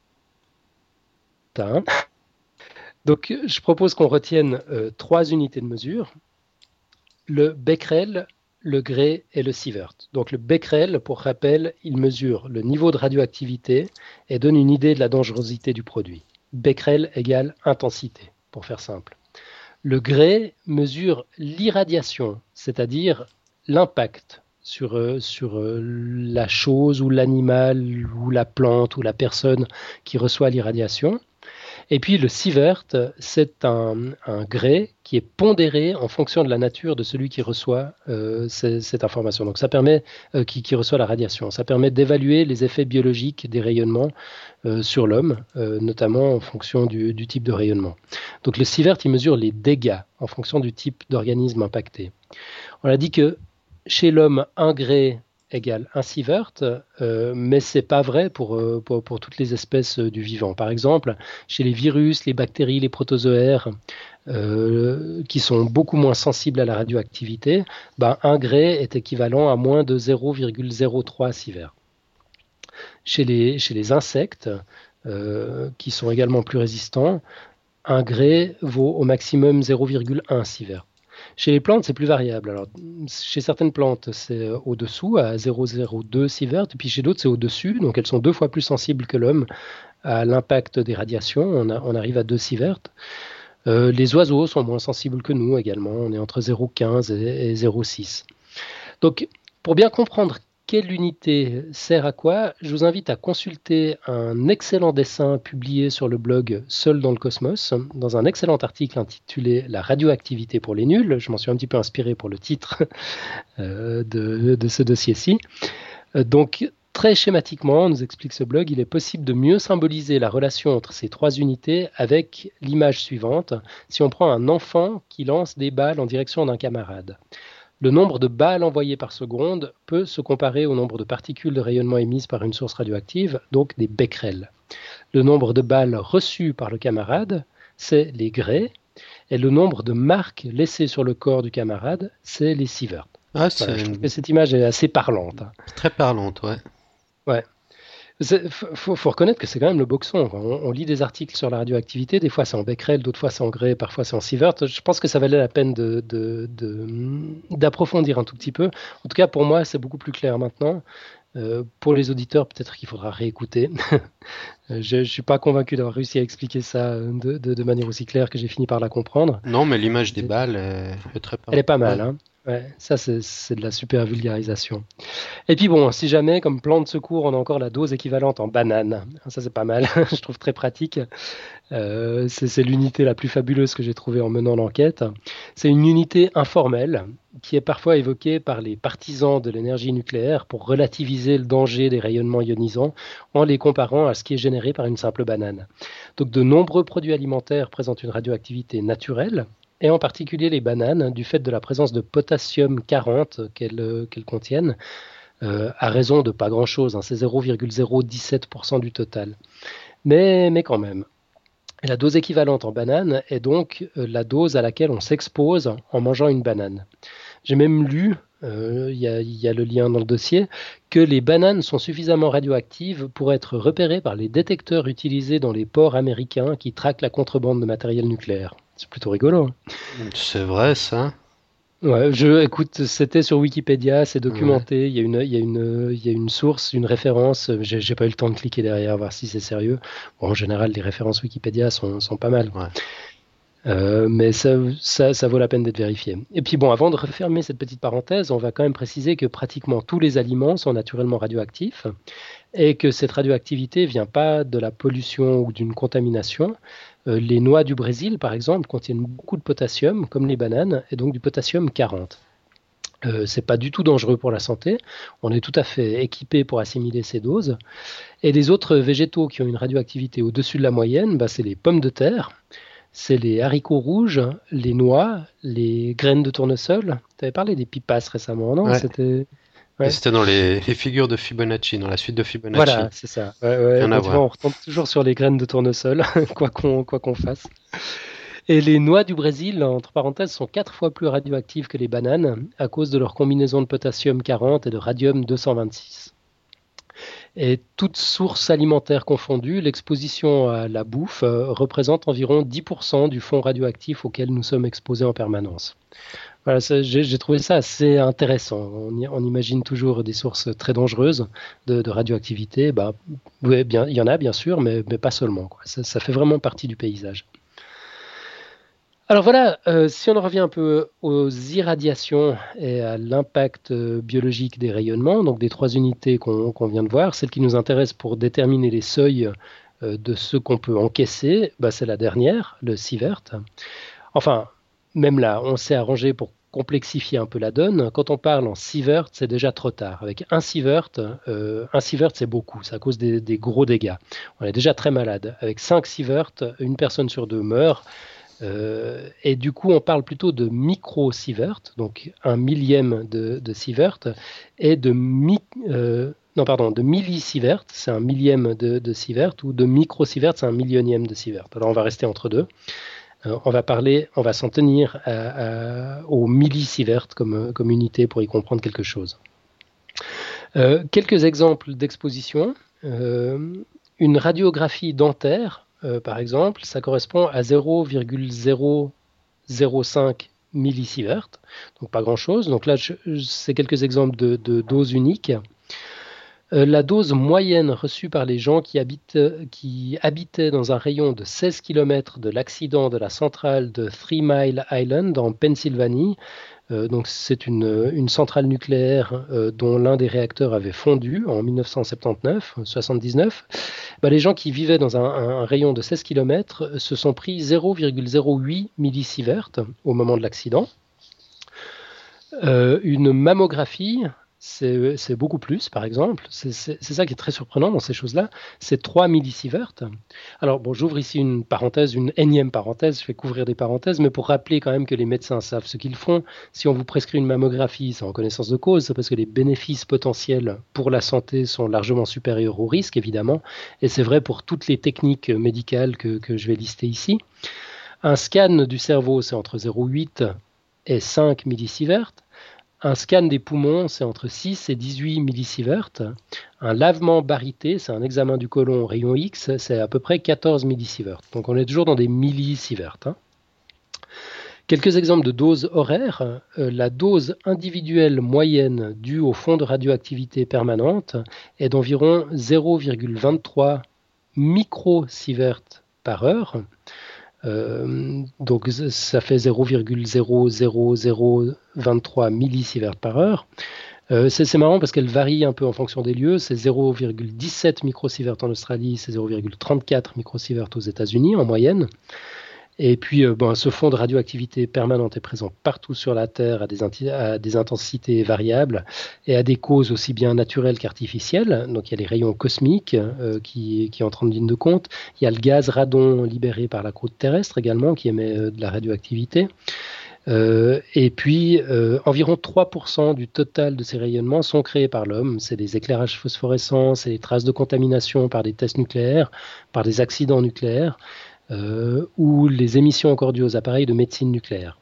à 1. Donc, je propose qu'on retienne 3 unités de mesure. Le becquerel, le Gray et le sievert. Donc le becquerel, pour rappel, il mesure le niveau de radioactivité et donne une idée de la dangerosité du produit. Becquerel égale intensité, pour faire simple. Le Gray mesure l'irradiation, c'est-à-dire l'impact sur la chose ou l'animal ou la plante ou la personne qui reçoit l'irradiation. Et puis le sievert, c'est un gré qui est pondéré en fonction de la nature de celui qui reçoit cette information. Donc ça permet, qui reçoit la radiation. Ça permet d'évaluer les effets biologiques des rayonnements sur l'homme, notamment en fonction du type de rayonnement. Donc le sievert, il mesure les dégâts en fonction du type d'organisme impacté. On a dit que chez l'homme, un gré égale un sievert, mais ce n'est pas vrai pour toutes les espèces du vivant. Par exemple, chez les virus, les bactéries, les protozoaires, qui sont beaucoup moins sensibles à la radioactivité, un gré est équivalent à moins de 0,03 sievert. Chez les insectes, qui sont également plus résistants, un gré vaut au maximum 0,1 sievert. Chez les plantes, c'est plus variable. Alors, chez certaines plantes, c'est au-dessous, à 0,02 sievert, et puis chez d'autres, c'est au-dessus, donc elles sont 2 fois plus sensibles que l'homme à l'impact des radiations. On arrive à 2 sieverts. Les oiseaux sont moins sensibles que nous également, on est entre 0,15 et 0,6. Donc, pour bien comprendre quelle unité sert à quoi, je vous invite à consulter un excellent dessin publié sur le blog Seul dans le cosmos, dans un excellent article intitulé La radioactivité pour les nuls. Je m'en suis un petit peu inspiré pour le titre de ce dossier-ci. Donc, très schématiquement, nous explique ce blog, il est possible de mieux symboliser la relation entre ces 3 unités avec l'image suivante. Si on prend un enfant qui lance des balles en direction d'un camarade, le nombre de balles envoyées par seconde peut se comparer au nombre de particules de rayonnement émises par une source radioactive, donc des becquerels. Le nombre de balles reçues par le camarade, c'est les grès, et le nombre de marques laissées sur le corps du camarade, c'est les sieverts. Ah, Voilà, je trouve que cette image est assez parlante. Très parlante, ouais. Ouais. Faut reconnaître que c'est quand même le boxon. On lit des articles sur la radioactivité, des fois c'est en becquerel, d'autres fois c'est en grès, parfois c'est en sievert. Je pense que ça valait la peine d'approfondir un tout petit peu. En tout cas, pour moi, c'est beaucoup plus clair maintenant. Pour les auditeurs, peut-être qu'il faudra réécouter. Je ne suis pas convaincu d'avoir réussi à expliquer ça de manière aussi claire que j'ai fini par la comprendre. Non, mais l'image des balles est très Elle est pas parlante. mal, hein. Ouais, ça, c'est de la super vulgarisation. Et puis bon, si jamais, comme plan de secours, on a encore la dose équivalente en banane, ça c'est pas mal, je trouve très pratique. C'est l'unité la plus fabuleuse que j'ai trouvée en menant l'enquête. C'est une unité informelle qui est parfois évoquée par les partisans de l'énergie nucléaire pour relativiser le danger des rayonnements ionisants en les comparant à ce qui est généré par une simple banane. Donc de nombreux produits alimentaires présentent une radioactivité naturelle, et en particulier les bananes, du fait de la présence de potassium 40 qu'elles contiennent, à raison de pas grand-chose, hein, c'est 0,017% du total. Mais quand même. Et la dose équivalente en banane est donc la dose à laquelle on s'expose en mangeant une banane. J'ai même lu, il y a le lien dans le dossier, que les bananes sont suffisamment radioactives pour être repérées par les détecteurs utilisés dans les ports américains qui traquent la contrebande de matériel nucléaire. C'est plutôt rigolo, hein. C'est vrai, ça. Ouais, écoute, c'était sur Wikipédia, c'est documenté, il y a une source, une référence, j'ai pas eu le temps de cliquer derrière, voir si c'est sérieux. Bon, en général, les références Wikipédia sont pas mal. Ouais. Mais ça vaut la peine d'être vérifié. Et puis bon, avant de refermer cette petite parenthèse, on va quand même préciser que pratiquement tous les aliments sont naturellement radioactifs et que cette radioactivité vient pas de la pollution ou d'une contamination. Les noix du Brésil, par exemple, contiennent beaucoup de potassium, comme les bananes, et donc du potassium 40. C'est pas du tout dangereux pour la santé. On est tout à fait équipé pour assimiler ces doses. Et les autres végétaux qui ont une radioactivité au-dessus de la moyenne, c'est les pommes de terre, c'est les haricots rouges, les noix, les graines de tournesol. Tu avais parlé des pipas récemment, non? Ouais. Ouais. C'était dans les figures de Fibonacci, dans la suite de Fibonacci. Voilà, c'est ça. Rien à voir. On retombe toujours sur les graines de tournesol, quoi qu'on fasse. Et les noix du Brésil, entre parenthèses, sont 4 fois plus radioactives que les bananes à cause de leur combinaison de potassium 40 et de radium 226. Et toutes sources alimentaires confondues, l'exposition à la bouffe représente environ 10% du fond radioactif auquel nous sommes exposés en permanence. Voilà, j'ai trouvé ça assez intéressant. On imagine toujours des sources très dangereuses de radioactivité. Oui, bien, il y en a bien sûr, mais pas seulement, quoi. Ça fait vraiment partie du paysage. Alors voilà, si on en revient un peu aux irradiations et à l'impact biologique des rayonnements, donc des 3 unités qu'on vient de voir, celle qui nous intéresse pour déterminer les seuils de ce qu'on peut encaisser, c'est la dernière, le sievert. Enfin, même là, on s'est arrangé pour complexifier un peu la donne. Quand on parle en sievert, c'est déjà trop tard. Avec un sievert, c'est beaucoup, ça cause des gros dégâts. On est déjà très malade. Avec 5 sieverts, une personne sur 2 meurt. Et du coup, on parle plutôt de micro-sievert, donc un millième de sievert, et de millisievert, c'est un millième de sievert, ou de micro-sievert, c'est un millionième de sievert. Alors on va rester entre deux. On va s'en tenir au millisievert comme unité pour y comprendre quelque chose. Quelques exemples d'exposition. Une radiographie dentaire, par exemple, ça correspond à 0,005 millisievert, donc pas grand-chose. Donc là, c'est quelques exemples de doses uniques. La dose moyenne reçue par les gens qui habitaient dans un rayon de 16 km de l'accident de la centrale de Three Mile Island en Pennsylvanie. Donc c'est une centrale nucléaire dont l'un des réacteurs avait fondu en 1979. Les gens qui vivaient dans un rayon de 16 km se sont pris 0,08 millisievert au moment de l'accident. Une mammographie, c'est beaucoup plus, par exemple. C'est ça qui est très surprenant dans ces choses-là. C'est 3 millisieverts. Alors, j'ouvre ici une parenthèse, une énième parenthèse. Je vais couvrir des parenthèses, mais pour rappeler quand même que les médecins savent ce qu'ils font. Si on vous prescrit une mammographie, c'est en connaissance de cause. C'est parce que les bénéfices potentiels pour la santé sont largement supérieurs aux risques, évidemment. Et c'est vrai pour toutes les techniques médicales que je vais lister ici. Un scan du cerveau, c'est entre 0,8 et 5 millisieverts. Un scan des poumons, c'est entre 6 et 18 millisieverts. Un lavement baryté, c'est un examen du côlon rayon X, c'est à peu près 14 millisieverts. Donc on est toujours dans des millisieverts. Quelques exemples de doses horaires. La dose individuelle moyenne due au fond de radioactivité permanente est d'environ 0,23 microsieverts par heure. Donc ça fait 0,00023 millisieverts par heure. C'est marrant parce qu'elle varie un peu en fonction des lieux. C'est 0,17 microsieverts en Australie, c'est 0,34 microsieverts aux États-Unis en moyenne. Et puis, ce fond de radioactivité permanente est présent partout sur la Terre à des intensités variables et à des causes aussi bien naturelles qu'artificielles. Donc, il y a les rayons cosmiques qui entrent en ligne de compte. Il y a le gaz radon libéré par la croûte terrestre également qui émet de la radioactivité. Et puis, environ 3% du total de ces rayonnements sont créés par l'homme. C'est des éclairages phosphorescents, c'est des traces de contamination par des tests nucléaires, par des accidents nucléaires. Ou les émissions encore dues aux appareils de médecine nucléaire.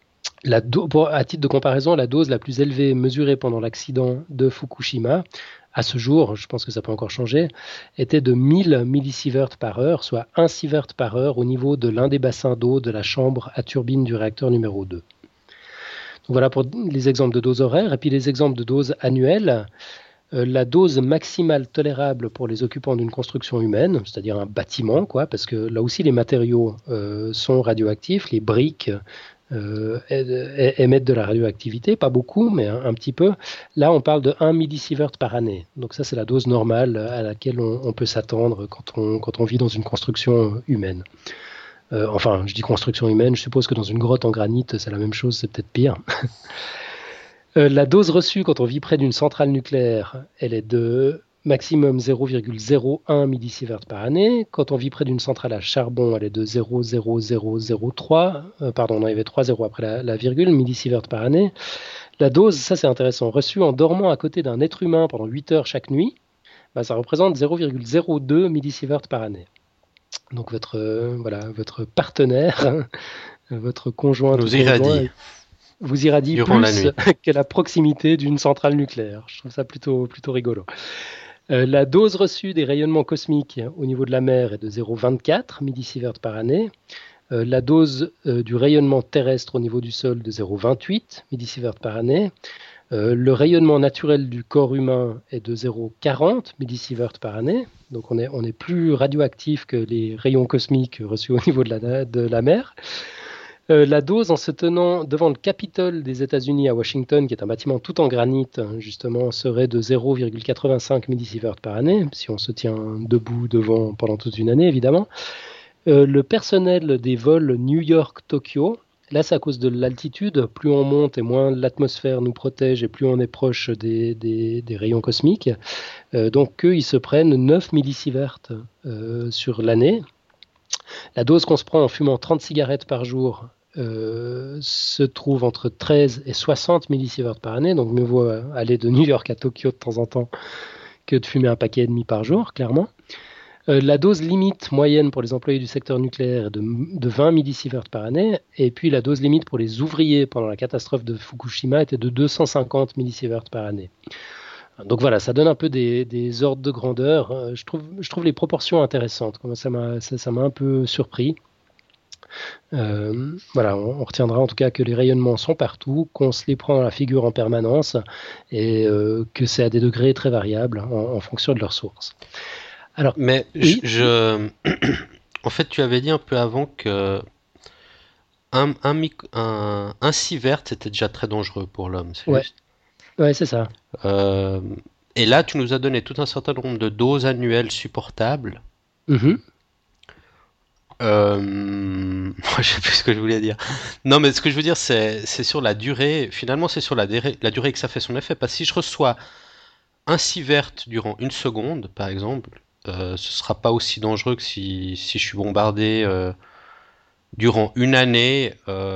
À titre de comparaison, la dose la plus élevée mesurée pendant l'accident de Fukushima, à ce jour, je pense que ça peut encore changer, était de 1000 millisieverts par heure, soit 1 sievert par heure au niveau de l'un des bassins d'eau de la chambre à turbine du réacteur numéro 2. Donc voilà pour les exemples de doses horaires. Et puis les exemples de doses annuelles. La dose maximale tolérable pour les occupants d'une construction humaine, c'est-à-dire un bâtiment, parce que là aussi les matériaux sont radioactifs, les briques émettent de la radioactivité, pas beaucoup, mais un petit peu. Là, on parle de 1 millisievert par année. Donc ça, c'est la dose normale à laquelle on peut s'attendre quand on vit dans une construction humaine. Enfin, je dis construction humaine, je suppose que dans une grotte en granit, c'est la même chose, c'est peut-être pire. La dose reçue quand on vit près d'une centrale nucléaire, elle est de maximum 0,01 millisieverts par année. Quand on vit près d'une centrale à charbon, elle est de 0,0003, pardon, il y avait 3 zéros après la virgule, millisieverts par année. La dose, ça c'est intéressant, reçue en dormant à côté d'un être humain pendant 8 heures chaque nuit, ça représente 0,02 millisieverts par année. Donc votre partenaire, votre conjoint nous irradie. Vous irradie plus que la proximité d'une centrale nucléaire. Je trouve ça plutôt rigolo. La dose reçue des rayonnements cosmiques au niveau de la mer est de 0,24 millisieverts par année. La dose du rayonnement terrestre au niveau du sol de 0,28 millisieverts par année. Le rayonnement naturel du corps humain est de 0,40 millisieverts par année. Donc on est plus radioactif que les rayons cosmiques reçus au niveau de la mer. La dose, en se tenant devant le Capitole des États-Unis à Washington, qui est un bâtiment tout en granit, justement, serait de 0,85 millisieverts par année, si on se tient debout devant pendant toute une année, évidemment. Le personnel des vols New York-Tokyo, là c'est à cause de l'altitude, plus on monte et moins l'atmosphère nous protège et plus on est proche des rayons cosmiques. Donc eux, ils se prennent 9 millisieverts sur l'année. La dose qu'on se prend en fumant 30 cigarettes par jour se trouve entre 13 et 60 millisieverts par année, donc mieux vaut aller de New York à Tokyo de temps en temps que de fumer un paquet et demi par jour, clairement. La dose limite moyenne pour les employés du secteur nucléaire est de 20 millisieverts par année, et puis la dose limite pour les ouvriers pendant la catastrophe de Fukushima était de 250 millisieverts par année. Donc voilà, ça donne un peu des ordres de grandeur. Je trouve les proportions intéressantes. Ça m'a un peu surpris. Voilà, on retiendra en tout cas que les rayonnements sont partout, qu'on se les prend dans la figure en permanence et que c'est à des degrés très variables en fonction de leur source. Alors, mais oui. En fait, tu avais dit un peu avant que un sievert c'était déjà très dangereux pour l'homme, c'est juste. Ouais, c'est ça. Et là, tu nous as donné tout un certain nombre de doses annuelles supportables. Mm-hmm. Je sais plus ce que je voulais dire. Non, mais ce que je veux dire, c'est sur la durée. Finalement, c'est sur la durée que ça fait son effet. Parce que si je reçois un sievert durant une seconde, par exemple, ce sera pas aussi dangereux que si je suis bombardé durant une année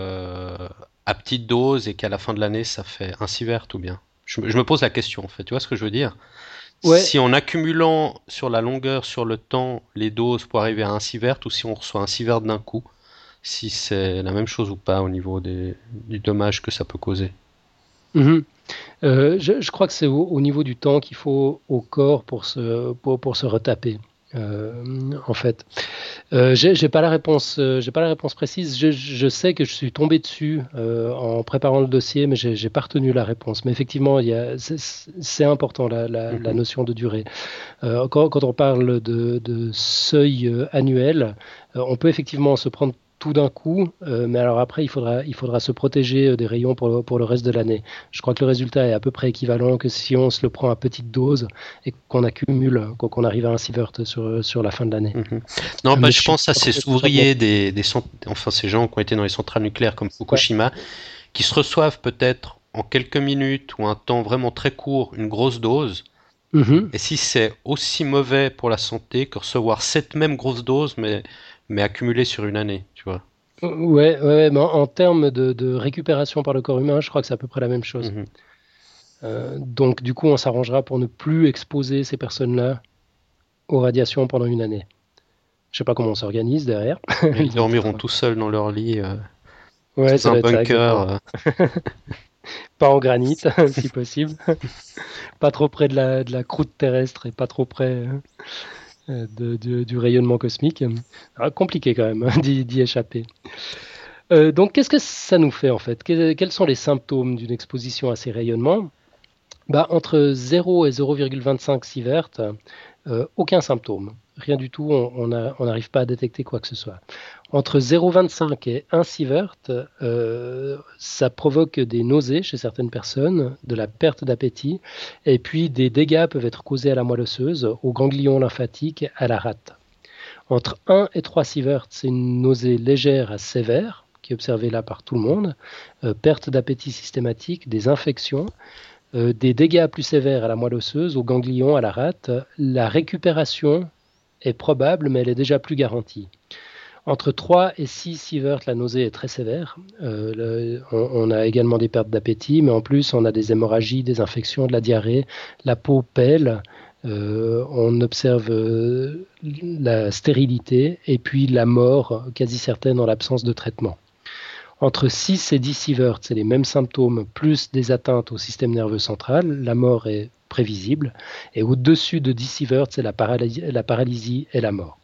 à petite dose et qu'à la fin de l'année, ça fait un sievert ou bien. Je me pose la question, en fait. Tu vois ce que je veux dire? Ouais. Si en accumulant sur la longueur, sur le temps, les doses pour arriver à un sievert, ou si on reçoit un sievert d'un coup, si c'est la même chose ou pas au niveau du dommage que ça peut causer. Mmh. Je crois que c'est au niveau du temps qu'il faut au corps pour se retaper. En fait, j'ai pas la réponse précise. Je sais que je suis tombé dessus en préparant le dossier, mais j'ai pas retenu la réponse. Mais effectivement, c'est important la notion de durée. Quand on parle de seuil annuel, on peut effectivement se prendre tout d'un coup, mais alors après il faudra se protéger des rayons pour le reste de l'année. Je crois que le résultat est à peu près équivalent que si on se le prend à petite dose et qu'on accumule, qu'on arrive à un sievert sur la fin de l'année. Non, je pense à ces ouvriers enfin ces gens qui ont été dans les centrales nucléaires comme Fukushima, qui se reçoivent peut-être en quelques minutes ou un temps vraiment très court une grosse dose. Et si c'est aussi mauvais pour la santé que recevoir cette même grosse dose mais accumulée sur une année, tu vois. Ouais, mais en termes de récupération par le corps humain, je crois que c'est à peu près la même chose. Donc du coup, on s'arrangera pour ne plus exposer ces personnes-là aux radiations pendant une année. Je sais pas comment on s'organise derrière. Ils dormiront tout seuls dans leur lit, dans un bunker. Pas en granit, si possible. Pas trop près de la croûte terrestre et pas trop près du rayonnement cosmique. Compliqué quand même d'y échapper. Donc, qu'est-ce que ça nous fait en fait? Quels sont les symptômes d'une exposition à ces rayonnements? Entre 0 et 0,25 sievert, aucun symptôme. Rien du tout, on n'arrive pas à détecter quoi que ce soit. Entre 0,25 et 1 sievert, ça provoque des nausées chez certaines personnes, de la perte d'appétit, et puis des dégâts peuvent être causés à la moelle osseuse, aux ganglions lymphatiques, à la rate. Entre 1 et 3 sieverts, c'est une nausée légère à sévère, qui est observée là par tout le monde, perte d'appétit systématique, des infections, des dégâts plus sévères à la moelle osseuse, aux ganglions, à la rate. La récupération est probable, mais elle est déjà plus garantie. Entre 3 et 6 sieverts, la nausée est très sévère. On a également des pertes d'appétit, mais en plus, on a des hémorragies, des infections, de la diarrhée, la peau pèle, on observe la stérilité et puis la mort quasi certaine en l'absence de traitement. Entre 6 et 10 sieverts, c'est les mêmes symptômes, plus des atteintes au système nerveux central. La mort est prévisible. Et au-dessus de 10 sieverts, c'est la paralysie et la mort.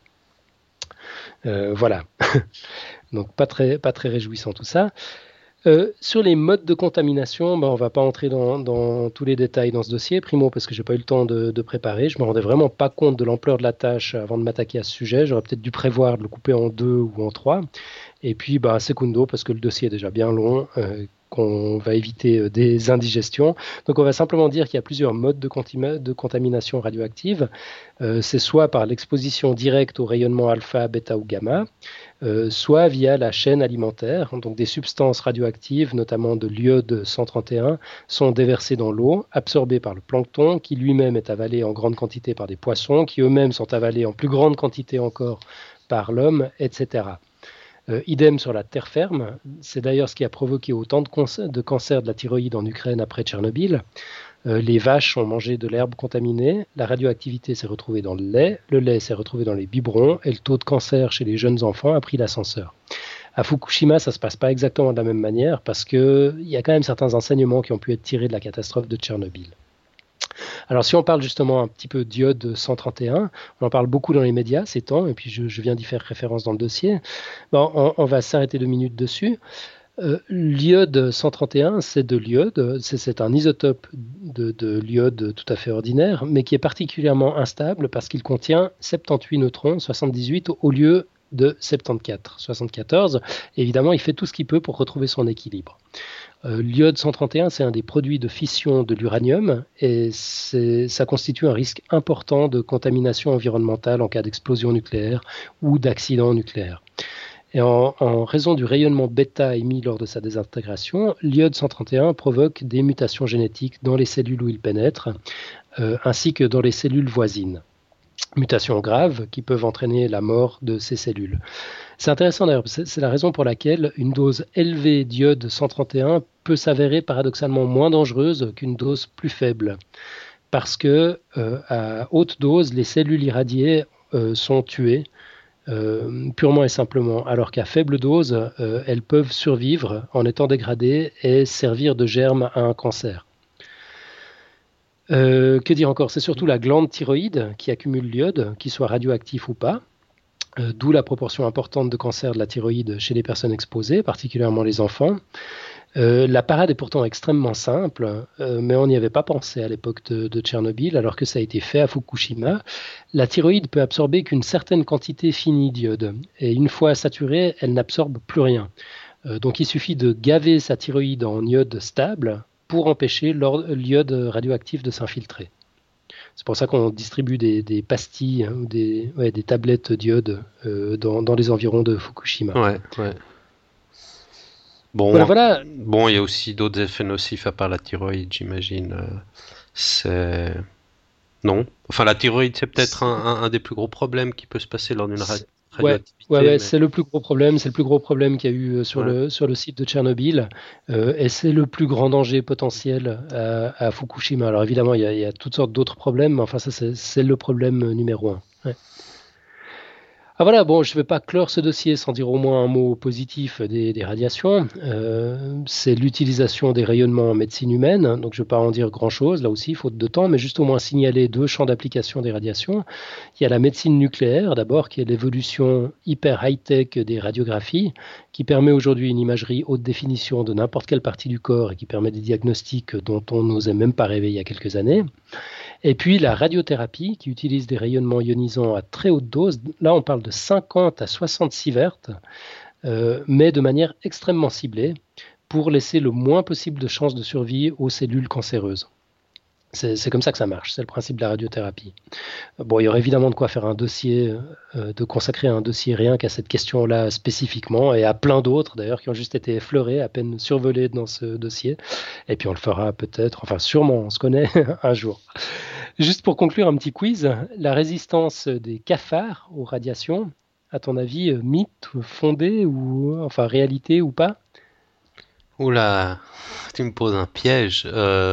Voilà. Donc pas très réjouissant tout ça. Sur les modes de contamination, on ne va pas entrer dans tous les détails dans ce dossier. Primo, parce que je n'ai pas eu le temps de préparer. Je ne me rendais vraiment pas compte de l'ampleur de la tâche avant de m'attaquer à ce sujet. J'aurais peut-être dû prévoir de le couper en 2 ou en 3. Et puis, secundo, parce que le dossier est déjà bien long, qu'on va éviter des indigestions. Donc, on va simplement dire qu'il y a plusieurs modes de contamination radioactive. C'est soit par l'exposition directe au rayonnement alpha, bêta ou gamma, soit via la chaîne alimentaire. Donc, des substances radioactives, notamment de l'iode 131, sont déversées dans l'eau, absorbées par le plancton, qui lui-même est avalé en grande quantité par des poissons, qui eux-mêmes sont avalés en plus grande quantité encore par l'homme, etc. Idem sur la terre ferme. C'est d'ailleurs ce qui a provoqué autant de cancers de la thyroïde en Ukraine après Tchernobyl. Les vaches ont mangé de l'herbe contaminée, la radioactivité s'est retrouvée dans le lait s'est retrouvé dans les biberons et le taux de cancer chez les jeunes enfants a pris l'ascenseur. À Fukushima, ça ne se passe pas exactement de la même manière parce qu'il y a quand même certains enseignements qui ont pu être tirés de la catastrophe de Tchernobyl. Alors si on parle justement un petit peu d'iode 131, on en parle beaucoup dans les médias ces temps, et puis je viens d'y faire référence dans le dossier. On va s'arrêter 2 minutes dessus. L'iode 131, c'est de l'iode, c'est un isotope de l'iode tout à fait ordinaire, mais qui est particulièrement instable parce qu'il contient 78 neutrons, 78 au lieu de 74. Évidemment, il fait tout ce qu'il peut pour retrouver son équilibre. L'iode 131, c'est un des produits de fission de l'uranium et ça constitue un risque important de contamination environnementale en cas d'explosion nucléaire ou d'accident nucléaire. Et en raison du rayonnement bêta émis lors de sa désintégration, l'iode 131 provoque des mutations génétiques dans les cellules où il pénètre, ainsi que dans les cellules voisines. Mutations graves qui peuvent entraîner la mort de ces cellules. C'est intéressant d'ailleurs, c'est la raison pour laquelle une dose élevée d'iode 131 peut s'avérer paradoxalement moins dangereuse qu'une dose plus faible. Parce que à haute dose, les cellules irradiées sont tuées purement et simplement, alors qu'à faible dose, elles peuvent survivre en étant dégradées et servir de germe à un cancer. Que dire encore? C'est surtout la glande thyroïde qui accumule l'iode, qu'il soit radioactif ou pas, d'où la proportion importante de cancers de la thyroïde chez les personnes exposées, particulièrement les enfants. La parade est pourtant extrêmement simple, mais on n'y avait pas pensé à l'époque de Tchernobyl, alors que ça a été fait à Fukushima. La thyroïde peut absorber qu'une certaine quantité finie d'iode, et une fois saturée, elle n'absorbe plus rien. Donc il suffit de gaver sa thyroïde en iode stable pour empêcher l'iode radioactif de s'infiltrer. C'est pour ça qu'on distribue des pastilles ou des tablettes d'iode dans les environs de Fukushima. Ouais. Bon, voilà. Bon, il y a aussi d'autres effets nocifs à part la thyroïde, j'imagine. C'est... Non. Enfin, la thyroïde, c'est peut-être un des plus gros problèmes qui peut se passer lors d'une radioactivité. Ouais, c'est le plus gros problème. C'est le plus gros problème qu'il y a eu sur le site de Tchernobyl. Et c'est le plus grand danger potentiel à Fukushima. Alors évidemment, il y a toutes sortes d'autres problèmes, mais enfin, ça, c'est le problème numéro 1. Ouais. Ah voilà, bon, je ne vais pas clore ce dossier sans dire au moins un mot positif des radiations. C'est l'utilisation des rayonnements en médecine humaine, donc je ne vais pas en dire grand-chose, là aussi, faute de temps, mais juste au moins signaler 2 champs d'application des radiations. Il y a la médecine nucléaire, d'abord, qui est l'évolution hyper high-tech des radiographies, qui permet aujourd'hui une imagerie haute définition de n'importe quelle partie du corps et qui permet des diagnostics dont on n'osait même pas rêver il y a quelques années. Et puis la radiothérapie qui utilise des rayonnements ionisants à très haute dose. Là, on parle de 50 à 60 sieverts, mais de manière extrêmement ciblée pour laisser le moins possible de chances de survie aux cellules cancéreuses. C'est comme ça que ça marche, c'est le principe de la radiothérapie. Bon, il y aurait évidemment de quoi faire un dossier, de consacrer un dossier rien qu'à cette question-là spécifiquement, et à plein d'autres d'ailleurs qui ont juste été effleurés, à peine survolés dans ce dossier. Et puis on le fera peut-être, enfin sûrement, on se connaît un jour. Juste pour conclure un petit quiz, la résistance des cafards aux radiations, à ton avis, mythe, fondé ou enfin réalité ou pas? Oula, tu me poses un piège.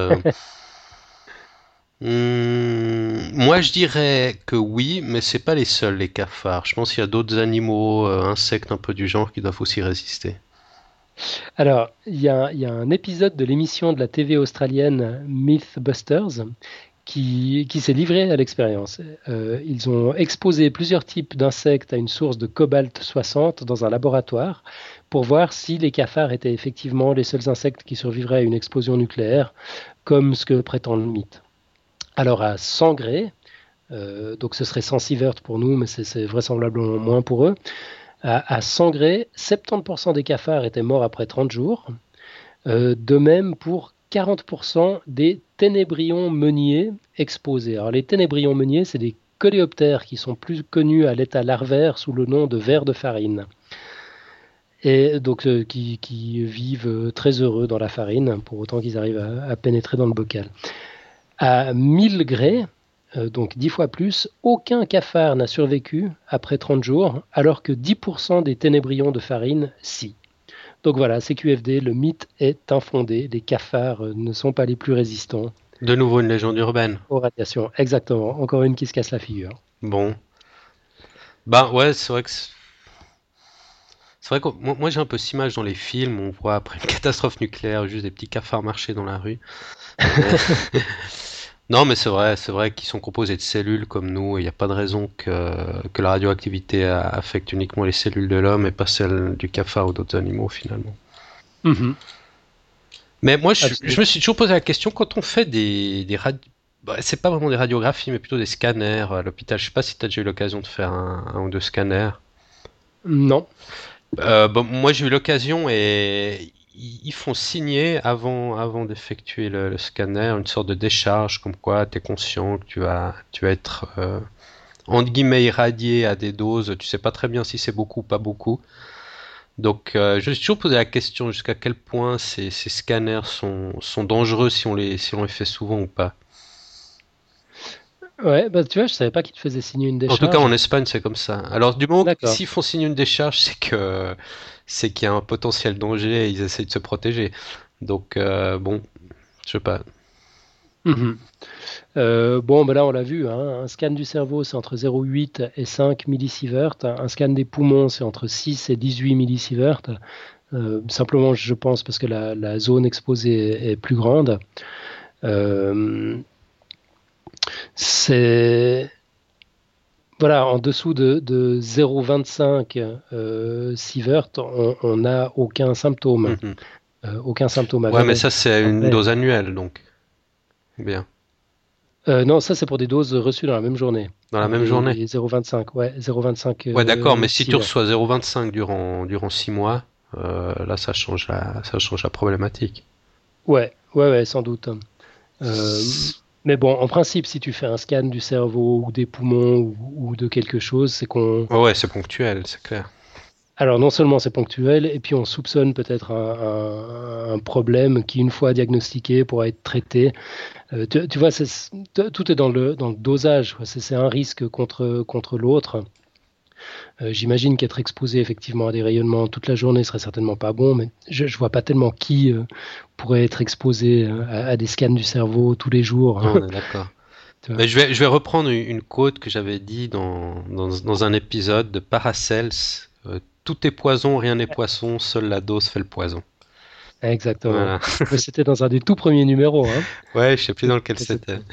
Moi, je dirais que oui, mais c'est pas les seuls, les cafards. Je pense qu'il y a d'autres animaux, insectes un peu du genre qui doivent aussi résister. Alors, il y a un épisode de l'émission de la TV australienne Mythbusters qui s'est livré à l'expérience. Ils ont exposé plusieurs types d'insectes à une source de cobalt 60 dans un laboratoire pour voir si les cafards étaient effectivement les seuls insectes qui survivraient à une explosion nucléaire, comme ce que prétend le mythe. Alors à 100 degrés, donc ce serait 100 sieverts pour nous, mais c'est vraisemblablement moins pour eux, À 100 degrés, 70% des cafards étaient morts après 30 jours. De même pour 40% des ténébrions meuniers exposés. Alors les ténébrions meuniers, c'est des coléoptères qui sont plus connus à l'état larvaire sous le nom de vers de farine. Et donc qui vivent très heureux dans la farine, pour autant qu'ils arrivent à pénétrer dans le bocal. À 1000 degrés, donc 10 fois plus, aucun cafard n'a survécu après 30 jours, alors que 10% des ténébrions de farine, si. Donc voilà, CQFD, le mythe est infondé, les cafards ne sont pas les plus résistants. De nouveau une légende urbaine. Aux radiations, exactement. Encore une qui se casse la figure. Bon. Bah ouais, c'est vrai que... C'est vrai que moi j'ai un peu cette image dans les films, on voit après une catastrophe nucléaire juste des petits cafards marcher dans la rue. Non, mais c'est vrai qu'ils sont composés de cellules comme nous, et il n'y a pas de raison que la radioactivité affecte uniquement les cellules de l'homme et pas celles du cafard ou d'autres animaux finalement. Mm-hmm. Mais moi je me suis toujours posé la question, quand on fait c'est pas vraiment des radiographies, mais plutôt des scanners à l'hôpital, je sais pas si tu as déjà eu l'occasion de faire un ou deux scanners. Non. Moi j'ai eu l'occasion et ils font signer avant d'effectuer le scanner une sorte de décharge comme quoi tu es conscient que tu vas être entre guillemets irradié à des doses, tu sais pas très bien si c'est beaucoup ou pas beaucoup. Donc je me suis toujours posé la question jusqu'à quel point ces scanners sont dangereux si on les fait souvent ou pas. Ouais, bah tu vois, je savais pas qu'ils te faisaient signer une En tout cas, décharge. en Espagne, c'est comme ça. Alors, du moment D'accord. s'ils font signer une décharge, c'est qu'il y a un potentiel danger et ils essayent de se protéger. Donc, bon, je sais pas. Mhm. Bon, ben là, on l'a vu, hein, un scan du cerveau, c'est entre 0,8 et 5 millisieverts. Un scan des poumons, c'est entre 6 et 18 millisieverts. Simplement, je pense, parce que la zone exposée est plus grande. C'est voilà, en dessous de 0,25 sievert, on n'a aucun symptôme. Mhm. Aucun symptôme Ouais, mais avéré. ça, c'est une Après, dose annuelle, donc. Bien. non, ça c'est pour des doses reçues dans la même journée. Dans la même journée. Les 0,25, ouais, 0,25 Ouais, d'accord, mais si tu sievert. reçois 0,25 durant 6 mois, là, ça change la problématique. Ouais, ouais, ouais, sans doute. Euh, mais bon, en principe, si tu fais un scan du cerveau ou des poumons ou de quelque chose, c'est qu'on. Ouais, ouais, c'est ponctuel, c'est clair. Alors, non seulement c'est ponctuel, et puis on soupçonne peut-être un problème qui, une fois diagnostiqué, pourra être traité. Tu vois, tout est dans le dosage, quoi. C'est un risque contre l'autre. J'imagine qu'être exposé effectivement à des rayonnements toute la journée serait certainement pas bon, mais je ne vois pas tellement qui pourrait être exposé à des scans du cerveau tous les jours. Non, on est d'accord. Tu vois. Mais je vais reprendre une quote que j'avais dit dans un épisode de Paracels. Tout est poison, rien n'est poisson, seule la dose fait le poison. Exactement. Voilà. Mais c'était dans un des tout premiers numéros, hein, Ouais, je sais plus dans lequel que c'était. c'était.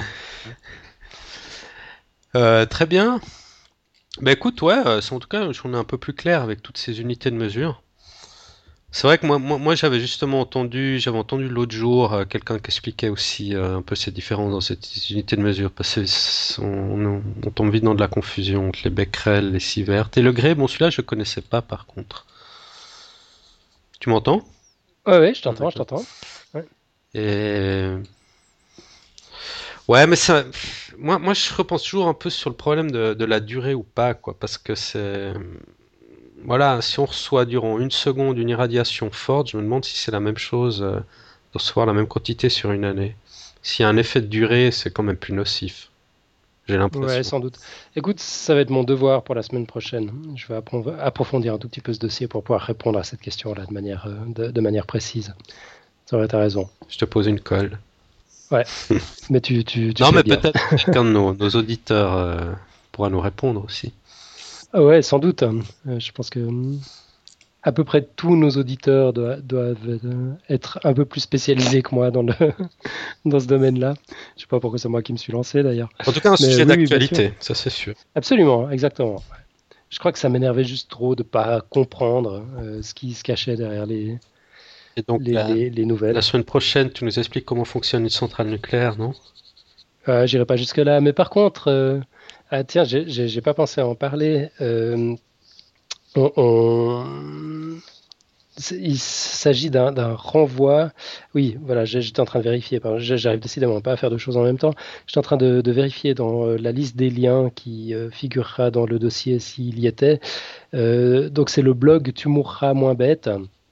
Très bien. Bah écoute, ouais, en tout cas, on est un peu plus clair avec toutes ces unités de mesure. C'est vrai que moi j'avais justement j'avais entendu l'autre jour quelqu'un qui expliquait aussi un peu ces différences dans ces unités de mesure, parce que on tombe vite dans de la confusion entre les becquerels, les sieverts et le Gray. Bon, celui-là je connaissais pas par contre. Tu m'entends? Ouais, ouais, je Ah, t'entends, je d'accord. t'entends. Ouais. Et ouais, mais ça, moi je repense toujours un peu sur le problème de la durée ou pas, quoi, parce que voilà, si on reçoit durant une seconde une irradiation forte, je me demande si c'est la même chose de recevoir la même quantité sur une année. S'il y a un effet de durée, c'est quand même plus nocif. J'ai Ouais, l'impression. sans doute. Écoute, ça va être mon devoir pour la semaine prochaine. Je vais approfondir un tout petit peu ce dossier pour pouvoir répondre à cette question-là de manière précise. Ça aurait été raison. Je te pose une colle. Ouais, mais tu Non, fais mais bien. peut-être que quelqu'un de nos auditeurs pourra nous répondre aussi. Ah ouais, sans doute. Je pense que à peu près tous nos auditeurs doivent être un peu plus spécialisés que moi dans ce domaine-là. Je sais pas pourquoi c'est moi qui me suis lancé d'ailleurs. En tout cas, un Mais sujet oui, oui, bien sûr. d'actualité, ça c'est sûr. Absolument, exactement. Je crois que ça m'énervait juste trop de pas comprendre ce qui se cachait derrière Et donc, les la nouvelles. semaine prochaine, tu nous expliques comment fonctionne une centrale nucléaire, non? J'irai pas jusque-là. Mais par contre, ah, tiens, j'ai pas pensé à en parler. Il s'agit d'un renvoi. Oui, voilà, j'étais en train de vérifier. Pardon, j'arrive décidément pas à faire deux choses en même temps. J'étais en train de vérifier dans la liste des liens qui figurera dans le dossier s'il y était. Donc c'est le blog Tu mourras moins bête.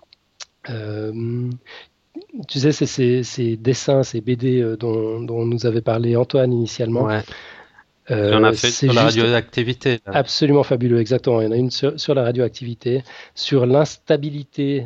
Euh, Tu sais, c'est ces dessins, ces BD dont nous avait parlé Antoine initialement. Ouais. Il en a fait C'est sur la juste radioactivité, là. absolument fabuleux, exactement. Il y en a une sur la radioactivité, sur l'instabilité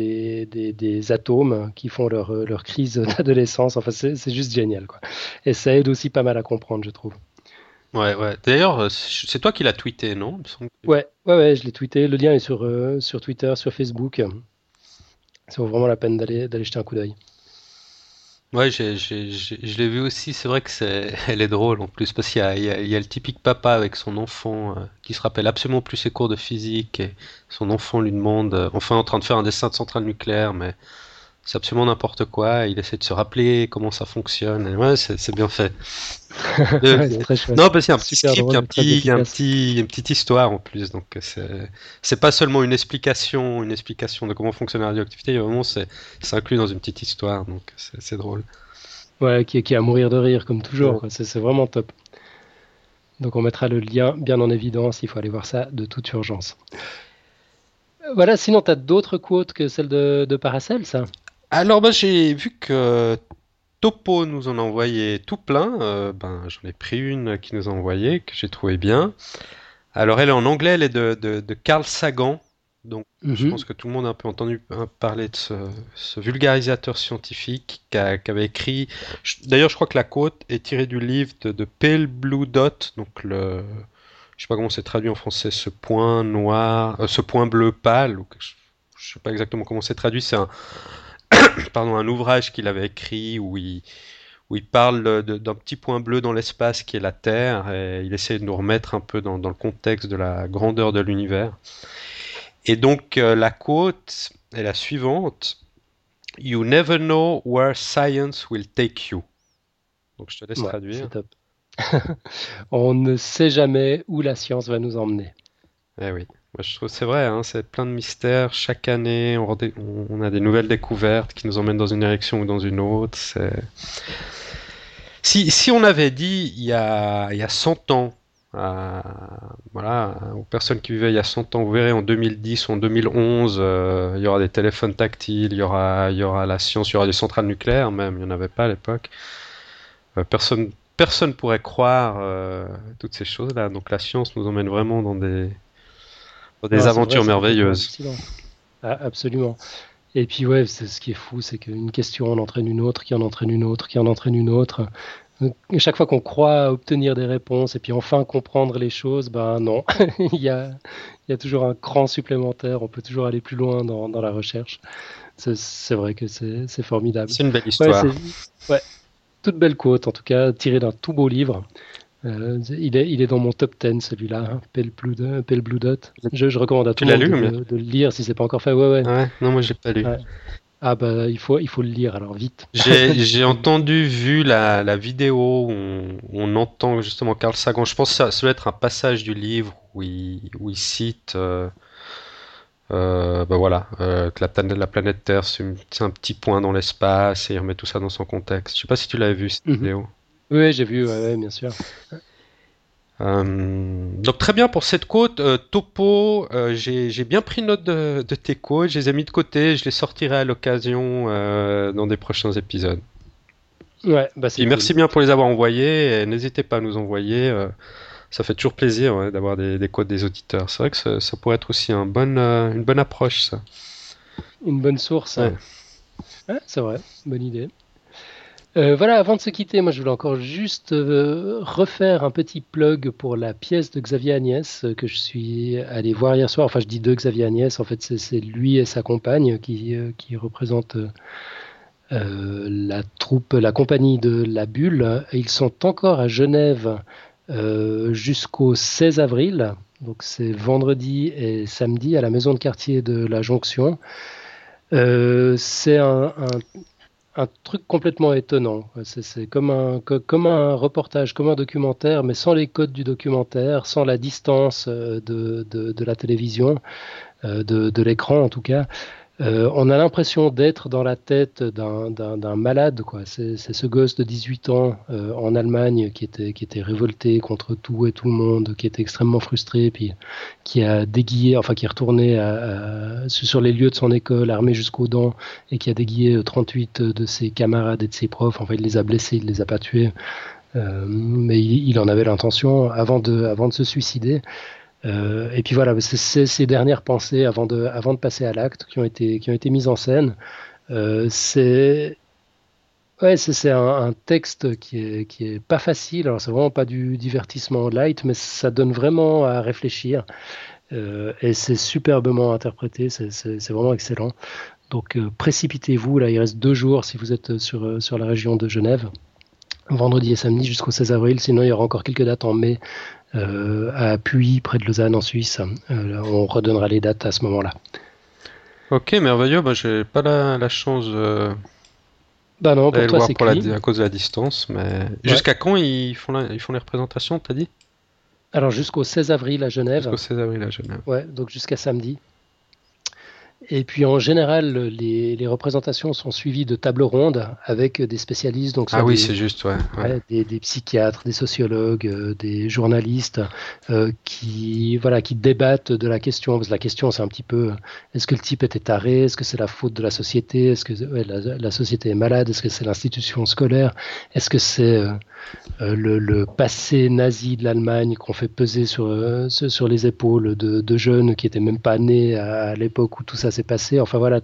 des atomes qui font leur crise d'adolescence. Enfin, c'est juste génial, quoi. Et ça aide aussi pas mal à comprendre, je trouve. Ouais, ouais. D'ailleurs, c'est toi qui l'as tweeté, non? Il me semble Ouais, je l'ai tweeté. Le lien est sur Twitter, sur Facebook. Ça vaut vraiment la peine d'aller jeter un coup d'œil. Ouais, je l'ai vu aussi. C'est vrai que elle est drôle en plus parce qu'il y a le typique papa avec son enfant qui se rappelle absolument plus ses cours de physique et son enfant lui demande, enfin en train de faire un dessin de centrale nucléaire, mais c'est absolument n'importe quoi. Il essaie de se rappeler comment ça fonctionne. Et ouais, c'est bien fait. Euh, Ouais, c'est très chouette. non, parce qu'il y a un petit Super script, drôle, très efficace. une petite histoire en plus. Donc c'est pas seulement une explication de comment fonctionne la radioactivité. Vraiment, c'est inclus dans une petite histoire. Donc c'est drôle. Ouais, qui est à mourir de rire, comme toujours, Ouais. quoi. C'est vraiment top. Donc on mettra le lien bien en évidence, il faut aller voir ça de toute urgence. Voilà, sinon tu as d'autres quotes que celle de Paracel, ça? Alors, bah, j'ai vu que Topo nous en a envoyé tout plein. Ben, j'en ai pris une qui nous a envoyé, que j'ai trouvé bien. Alors, elle est en anglais, elle est de Carl Sagan. Donc, je Mhm. pense que tout le monde a un peu entendu parler de ce vulgarisateur scientifique qui avait écrit. D'ailleurs, je crois que la quote est tirée du livre de Pale Blue Dot. Donc, je sais pas comment c'est traduit en français, ce point noir, ce point bleu pâle. Je sais pas exactement comment c'est traduit. C'est pardon, un ouvrage qu'il avait écrit où il parle d'un petit point bleu dans l'espace qui est la Terre et il essaie de nous remettre un peu dans le contexte de la grandeur de l'univers. Et donc la quote est la suivante: You never know where science will take you. Donc je te laisse Ouais, traduire. c'est top. On ne sait jamais où la science va nous emmener. Eh oui. Moi, je trouve que c'est vrai, hein, c'est plein de mystères. Chaque année, on a des nouvelles découvertes qui nous emmènent dans une direction ou dans une autre. Si on avait dit il y a 100 ans, voilà, aux personnes qui vivaient il y a 100 ans, vous verrez en 2010 ou en 2011, il y aura des téléphones tactiles, il y aura la science, il y aura des centrales nucléaires même, il n'y en avait pas à l'époque. Personne pourrait croire toutes ces choses-là. Donc la science nous emmène vraiment dans des Non, c'est vrai, aventures c'est complètement merveilleuses. hallucinant. Ah, absolument. Et puis ouais, ce qui est fou, c'est qu'une question en entraîne une autre, qui en entraîne une autre, qui en entraîne une autre. Et chaque fois qu'on croit obtenir des réponses et puis enfin comprendre les choses, ben non, il y a toujours un cran supplémentaire, on peut toujours aller plus loin dans la recherche. C'est vrai que c'est formidable. C'est une belle Ouais, histoire. ouais, toute belle quote, en tout cas, tirée d'un tout beau livre. Il est dans mon top 10, celui-là, hein, Pale Blue Dot. Je recommande à Tu tout le l'as monde lu, mais... de le lire si c'est pas encore fait. Ouais, ouais. Ouais, non, moi j'ai pas lu. Ouais. Ah bah il faut le lire alors vite. J'ai entendu, vu la vidéo où on entend justement Carl Sagan. Je pense que ça doit être un passage du livre où il cite bah voilà, que la planète Terre, c'est un petit point dans l'espace et il remet tout ça dans son contexte. Je sais pas si tu l'avais vu cette Mhm. vidéo. Oui, j'ai vu, ouais, ouais, bien sûr. Donc très bien pour cette quote. Topo, j'ai bien pris note de tes quotes, je les ai mis de côté, je les sortirai à l'occasion dans des prochains épisodes. Ouais, bah c'est Puis merci cool. bien pour les avoir envoyés et n'hésitez pas à nous envoyer. Ça fait toujours plaisir ouais, d'avoir des quotes des auditeurs. C'est vrai que ça pourrait être aussi une bonne approche, ça. Une bonne source. Ouais. Ouais, c'est vrai, bonne idée. Voilà, avant de se quitter, moi je voulais encore juste refaire un petit plug pour la pièce de Xavier Agnès que je suis allé voir hier soir. Enfin, je dis de Xavier Agnès, en fait c'est lui et sa compagne qui représentent la troupe, la compagnie de la Bulle. Et ils sont encore à Genève jusqu'au 16 avril. Donc c'est vendredi et samedi à la maison de quartier de la Jonction. C'est un truc complètement étonnant. C'est comme un reportage, comme un documentaire, mais sans les codes du documentaire, sans la distance de la télévision, de l'écran en tout cas. On a l'impression d'être dans la tête d'un malade, quoi. C'est ce gosse de 18 ans en Allemagne qui était révolté contre tout et tout le monde, qui était extrêmement frustré, puis qui a déguillé, enfin qui est retourné sur les lieux de son école, armé jusqu'aux dents, et qui a déguillé 38 de ses camarades et de ses profs. Enfin, il les a blessés, il les a pas tués, mais il en avait l'intention avant de se suicider. Et puis voilà, c'est ces dernières pensées avant de passer à l'acte qui ont été mises en scène. C'est ouais, c'est un texte qui est pas facile. Alors c'est vraiment pas du divertissement light, mais ça donne vraiment à réfléchir. Et c'est superbement interprété. C'est vraiment excellent. Donc précipitez-vous. Là, il reste 2 jours si vous êtes sur la région de Genève, vendredi et samedi jusqu'au 16 avril. Sinon, il y aura encore quelques dates en mai à Puy, près de Lausanne, en Suisse. On redonnera les dates à ce moment-là. Ok, merveilleux. Bah, j'ai pas la chance Bah non, d'aller pour le toi, voir c'est pour cuit. à cause de la distance, mais Ouais. jusqu'à quand ils font les représentations, t'as dit? Alors, jusqu'au 16 avril à Jusqu'au Genève. 16 avril à Genève. Ouais, donc jusqu'à samedi. Et puis en général, les représentations sont suivies de tables rondes avec des spécialistes, donc Ah soit oui, c'est juste, ouais, ouais. ouais, des psychiatres, des sociologues, des journalistes voilà, qui débattent de la question. Parce que la question, c'est un petit peu, est-ce que le type était taré? Est-ce que c'est la faute de la société? Est-ce que ouais, la société est malade? Est-ce que c'est l'institution scolaire? Est-ce que c'est le passé nazi de l'Allemagne qu'on fait peser sur les épaules de jeunes qui étaient même pas nés à l'époque où tout ça s'est passé? Enfin voilà,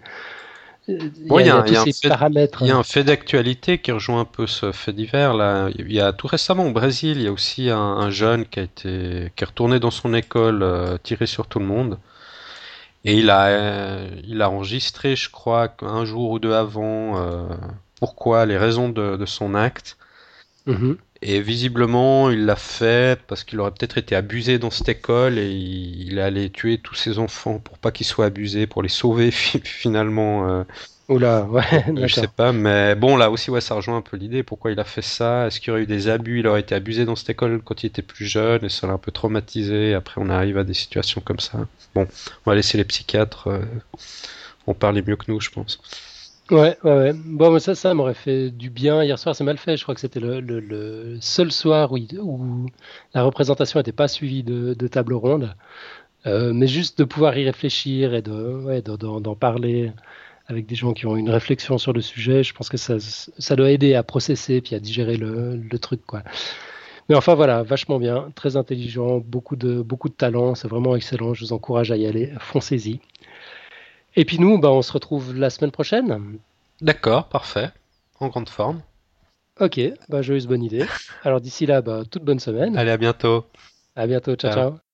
Bon, il y a tous ces paramètres. il y a un fait d'actualité qui rejoint un peu ce fait divers là. Il y a tout récemment au Brésil, il y a aussi un jeune qui est retourné dans son école, tiré sur tout le monde. Et il a enregistré, je crois, un jour ou deux avant, pourquoi, les raisons de son acte. Mhm. Et visiblement, il l'a fait parce qu'il aurait peut-être été abusé dans cette école et il est allé tuer tous ses enfants pour pas qu'ils soient abusés, pour les sauver finalement. Oula, ouais, Je sais d'accord. pas, mais bon, là aussi, ouais, ça rejoint un peu l'idée. Pourquoi il a fait ça? Est-ce qu'il y aurait eu des abus? Il aurait été abusé dans cette école quand il était plus jeune et ça l'a un peu traumatisé. Après, on arrive à des situations comme ça. Bon, on va laisser les psychiatres en parler mieux que nous, je pense. Ouais, ouais, ouais. Bon, mais ça m'aurait fait du bien. Hier soir, c'est mal fait. Je crois que c'était le seul soir où la représentation n'était pas suivie de table ronde. Mais juste de pouvoir y réfléchir et ouais, d'en parler avec des gens qui ont une réflexion sur le sujet, je pense que ça doit aider à processer puis à digérer le truc, quoi. Mais enfin, voilà, vachement bien, très intelligent, beaucoup de talent. C'est vraiment excellent. Je vous encourage à y aller. Foncez-y. Et puis nous, bah, on se retrouve la semaine prochaine. D'accord, parfait. En grande forme. Ok, bah, joyeuse bonne idée. Alors d'ici là, bah, toute bonne semaine. Allez, à bientôt. À bientôt, ciao Ciao. ciao.